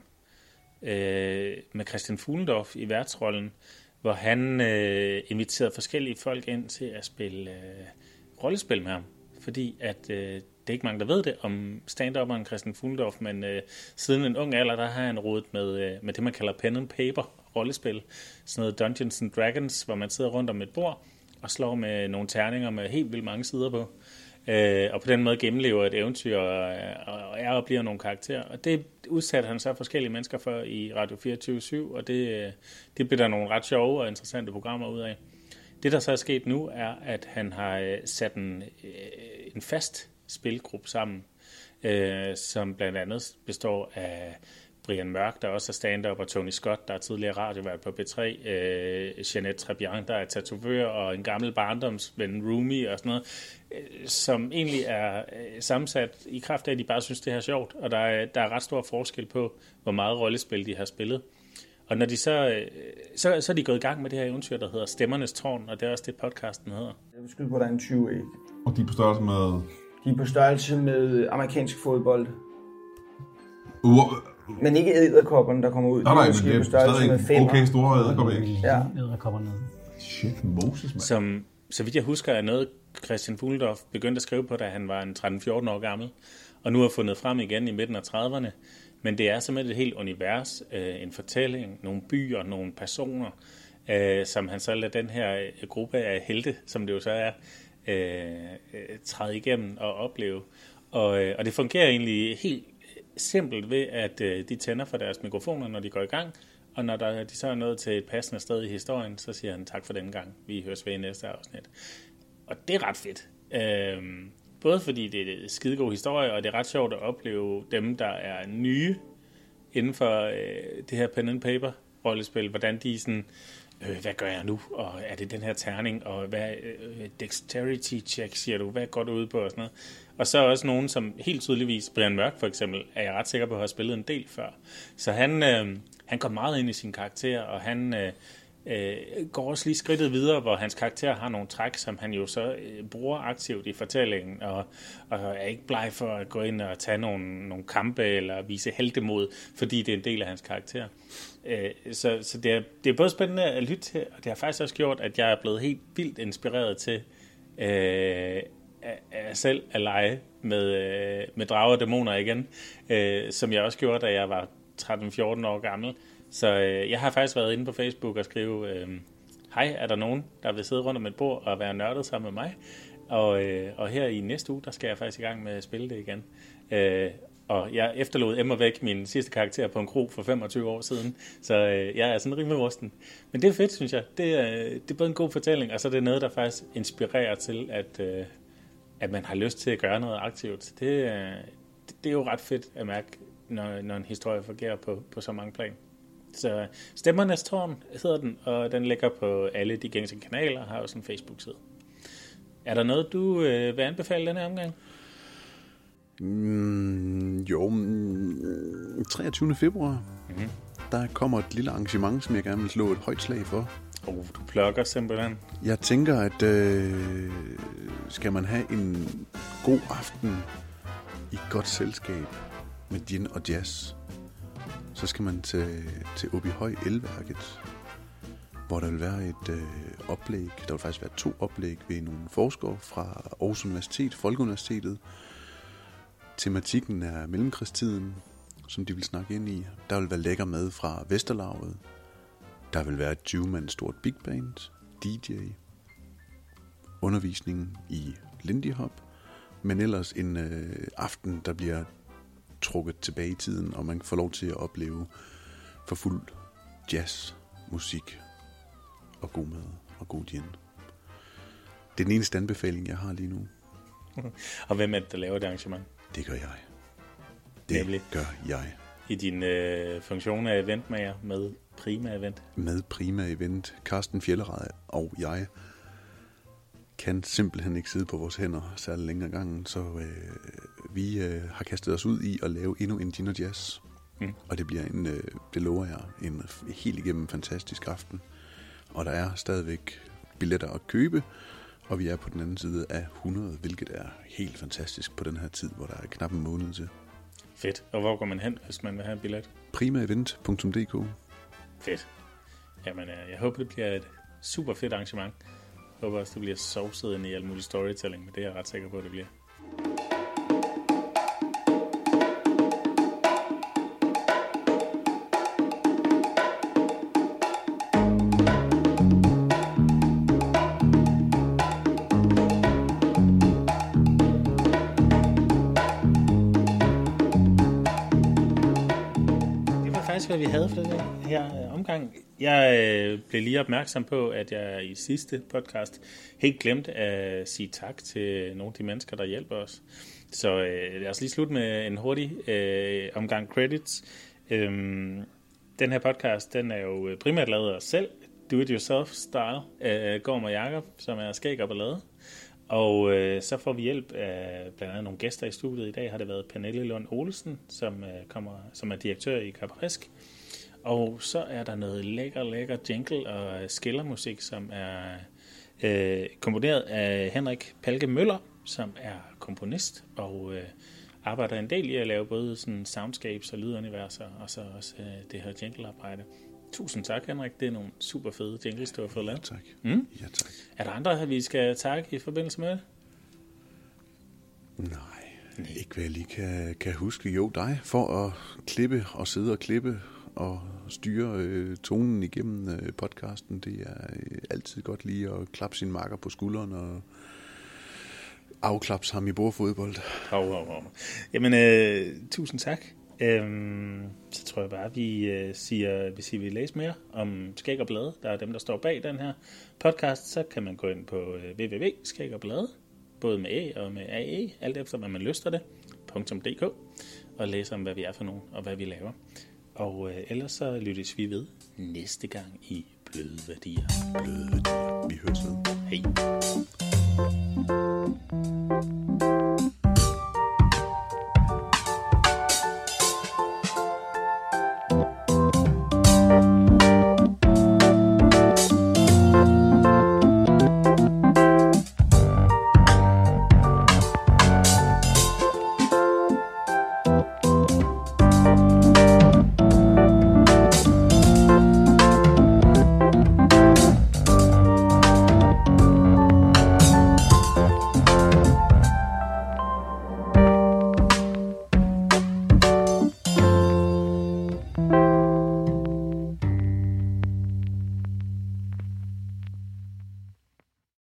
øh, med Christian Fuhlendorff i værtsrollen, hvor han øh, inviterede forskellige folk ind til at spille øh, rollespil med ham. Fordi at øh, det er ikke mange, der ved det om stand-upperen Christian Fuhlendorff, men øh, siden en ung alder, der har han rodet med, øh, med det, man kalder pen and paper rollespil. Sådan noget Dungeons and Dragons, hvor man sidder rundt om et bord og slår med nogle terninger med helt vildt mange sider på. Øh, og på den måde gennemlever et eventyr og, og er og bliver nogle karakterer. Og det udsatte han så forskellige mennesker for i Radio fireogtyve syv, og det, det bliver der nogle ret sjove og interessante programmer ud af. Det, der så er sket nu, er, at han har sat en, en fast spilgruppe sammen, øh, som blandt andet består af Brian Mørk, der også er stand-up, og Tony Scott, der er tidligere radiovært på B tre, øh, Jeanette Trebian, der er tatovør, og en gammel barndomsven, Rumi og sådan noget, øh, som egentlig er øh, sammensat i kraft af, at de bare synes, det her er sjovt, og der er, der er ret stor forskel på, hvor meget rollespil de har spillet. Og når de så, øh, så, så er de gået i gang med det her eventyr, der hedder Stemmernes Tårn, og det er også det, podcasten hedder. Jeg vil skyde på, at der er en tyve æg. Og de er på størrelse med... De er på størrelse med amerikansk fodbold. Uh, Men ikke edderkopperne, der kommer ud. Nej, nej, de men det er stadig okay store edderkopper, ikke? Ja. Edderkopperne. Shit, Moses, mand. Som, så vidt jeg husker, er noget Christian Fuhlendorff begyndte at skrive på, da han var en tretten fjorten år gammel, og nu har fundet frem igen i midten af trediverne. Men det er simpelthen et helt univers, øh, en fortælling, nogle byer, nogle personer, øh, som han så lader den her øh, gruppe af helte, som det jo så er, øh, øh, træde igennem og opleve. Og, øh, og det fungerer egentlig helt simpelt ved, at øh, de tænder for deres mikrofoner, når de går i gang, Og når der, de så er nået til et passende sted i historien, så siger han tak for denne gang. Vi høres ved i næste afsnit. Og det er ret fedt. Øhm, både fordi det er en skidegod historie, og det er ret sjovt at opleve dem, der er nye inden for øh, det her pen and paper rollespil, hvordan de sådan, øh, hvad gør jeg nu, og er det den her terning, og hvad øh, dexterity check, siger du, hvad går du ud på, og sådan noget. Og så også nogen, som helt tydeligvis, Brian Mørk for eksempel, er jeg ret sikker på at have spillet en del før. Så han, øh, han går meget ind i sin karakter, og han øh, øh, går også lige skridtet videre, hvor hans karakter har nogle træk, som han jo så øh, bruger aktivt i fortællingen, og, og er ikke bleg for at gå ind og tage nogle, nogle kampe, eller vise heltemod, fordi det er en del af hans karakter. Øh, så så det, er, det er både spændende at lytte til, og det har faktisk også gjort, at jeg er blevet helt vildt inspireret til øh, af selv at lege med, øh, med drager og dæmoner igen, øh, som jeg også gjorde, da jeg var tretten fjorten år gammel. Så øh, jeg har faktisk været inde på Facebook og skrive, øh, hej, er der nogen, der vil sidde rundt om et bord og være nørdet sammen med mig? Og, øh, og her i næste uge, der skal jeg faktisk i gang med at spille det igen. Øh, og jeg efterlod emmer væk min sidste karakter på en kro for femogtyve år siden, så øh, jeg er sådan rimelig rusten. Men det er fedt, synes jeg. Det er, det er både en god fortælling, og så er det noget, der faktisk inspirerer til, at, øh, at man har lyst til at gøre noget aktivt. Det, øh, det, det er jo ret fedt at mærke, når, når en historie fungerer på, på så mange plan. Så Stemmernes Tårn hedder den, og den ligger på alle de gængse kanaler og har også en Facebook-side. Er der noget, du øh, vil anbefale denne omgang? Mm, jo, treogtyvende februar, mm-hmm. der kommer et lille arrangement, som jeg gerne vil slå et højt slag for. Oh, du plukker simpelthen. Jeg tænker, at øh, skal man have en god aften i godt selskab med gin og jazz, så skal man til, til Åbyhøj Elværket, hvor der vil være et øh, oplæg. Der vil faktisk være to oplæg ved nogle forskere fra Aarhus Universitet, Folkeuniversitetet. Tematikken er mellemkrigstiden, som de vil snakke ind i. Der vil være lækker mad fra Vesterlaget. Der vil være et tyve-mand stort big band, D J, undervisning i Lindy Hop, men ellers en øh, aften, der bliver trukket tilbage i tiden, og man får lov til at opleve for fuld jazz, musik og god mad og god gin. Det er den eneste anbefaling, jeg har lige nu. Og hvem er det, der laver det arrangement? Det gør jeg. Det Nemlig. gør jeg. I din øh, funktion af eventmager med Prima Event? Med Prima Event. Carsten Fjellerad og jeg kan simpelthen ikke sidde på vores hænder særlig længere gangen, så øh, vi øh, har kastet os ud i at lave endnu en gin og jazz. Mm. Og det bliver en, øh, det lover jeg, en helt igennem fantastisk aften. Og der er stadigvæk billetter at købe, og vi er på den anden side af hundrede, hvilket er helt fantastisk på den her tid, hvor der er knap en måned til. Fedt. Og hvor går man hen, hvis man vil have en billet? prima event punktum d k. Fedt. Jamen, jeg håber, det bliver et super fedt arrangement. Jeg håber også, det bliver sovset ind i al mulig storytelling, men det er jeg ret sikker på, at det bliver. Hvad vi havde for den her omgang. Jeg øh, blev lige opmærksom på, at jeg i sidste podcast helt glemte at sige tak til nogle af de mennesker, der hjælper os. Så øh, lad os lige slutte med en hurtig øh, omgang credits. Øhm, den her podcast, den er jo primært lavet af os selv. Do-it-yourself-style af Gorm og Jakob, som er skæg og ballade. Og øh, så får vi hjælp af blandt andet nogle gæster i studiet. I dag har det været Pernille Lund Olsen, som, øh, kommer, som er direktør i Kaprisk. Og så er der noget lækker, lækker jingle og skillermusik, som er øh, komponeret af Henrik Palke Møller, som er komponist og øh, arbejder en del i at lave både sådan soundscapes og lyduniverser, og så også øh, det her jinglearbejde. Tusind tak, Henrik. Det er nogle super fede jingles, du har fået lavet. Tak. Mm? Ja, tak. Er der andre, vi skal takke i forbindelse med det? Nej, Nej. Ikke hvad jeg lige kan, kan huske. Jo, dig for at klippe og sidde og klippe og styre øh, tonen igennem øh, podcasten. Det er øh, altid godt lige at klappe sin makker på skulderen og afklaps ham i bordfodbold. Hov, hov, hov. Jamen, øh, tusind tak. Øhm, så tror jeg bare, at vi øh, siger, hvis I vil læse mere om Skæg og Blade, der er dem, der står bag den her podcast, så kan man gå ind på øh, w w w punktum skæg og blade, både med A og med A E, alt efter hvad man lyster det, .dk, og læse om, hvad vi er for nogen, og hvad vi laver. Og øh, ellers så lyttes vi ved næste gang i Bløde Værdier. Bløde Værdier. Vi høres ved. Hej.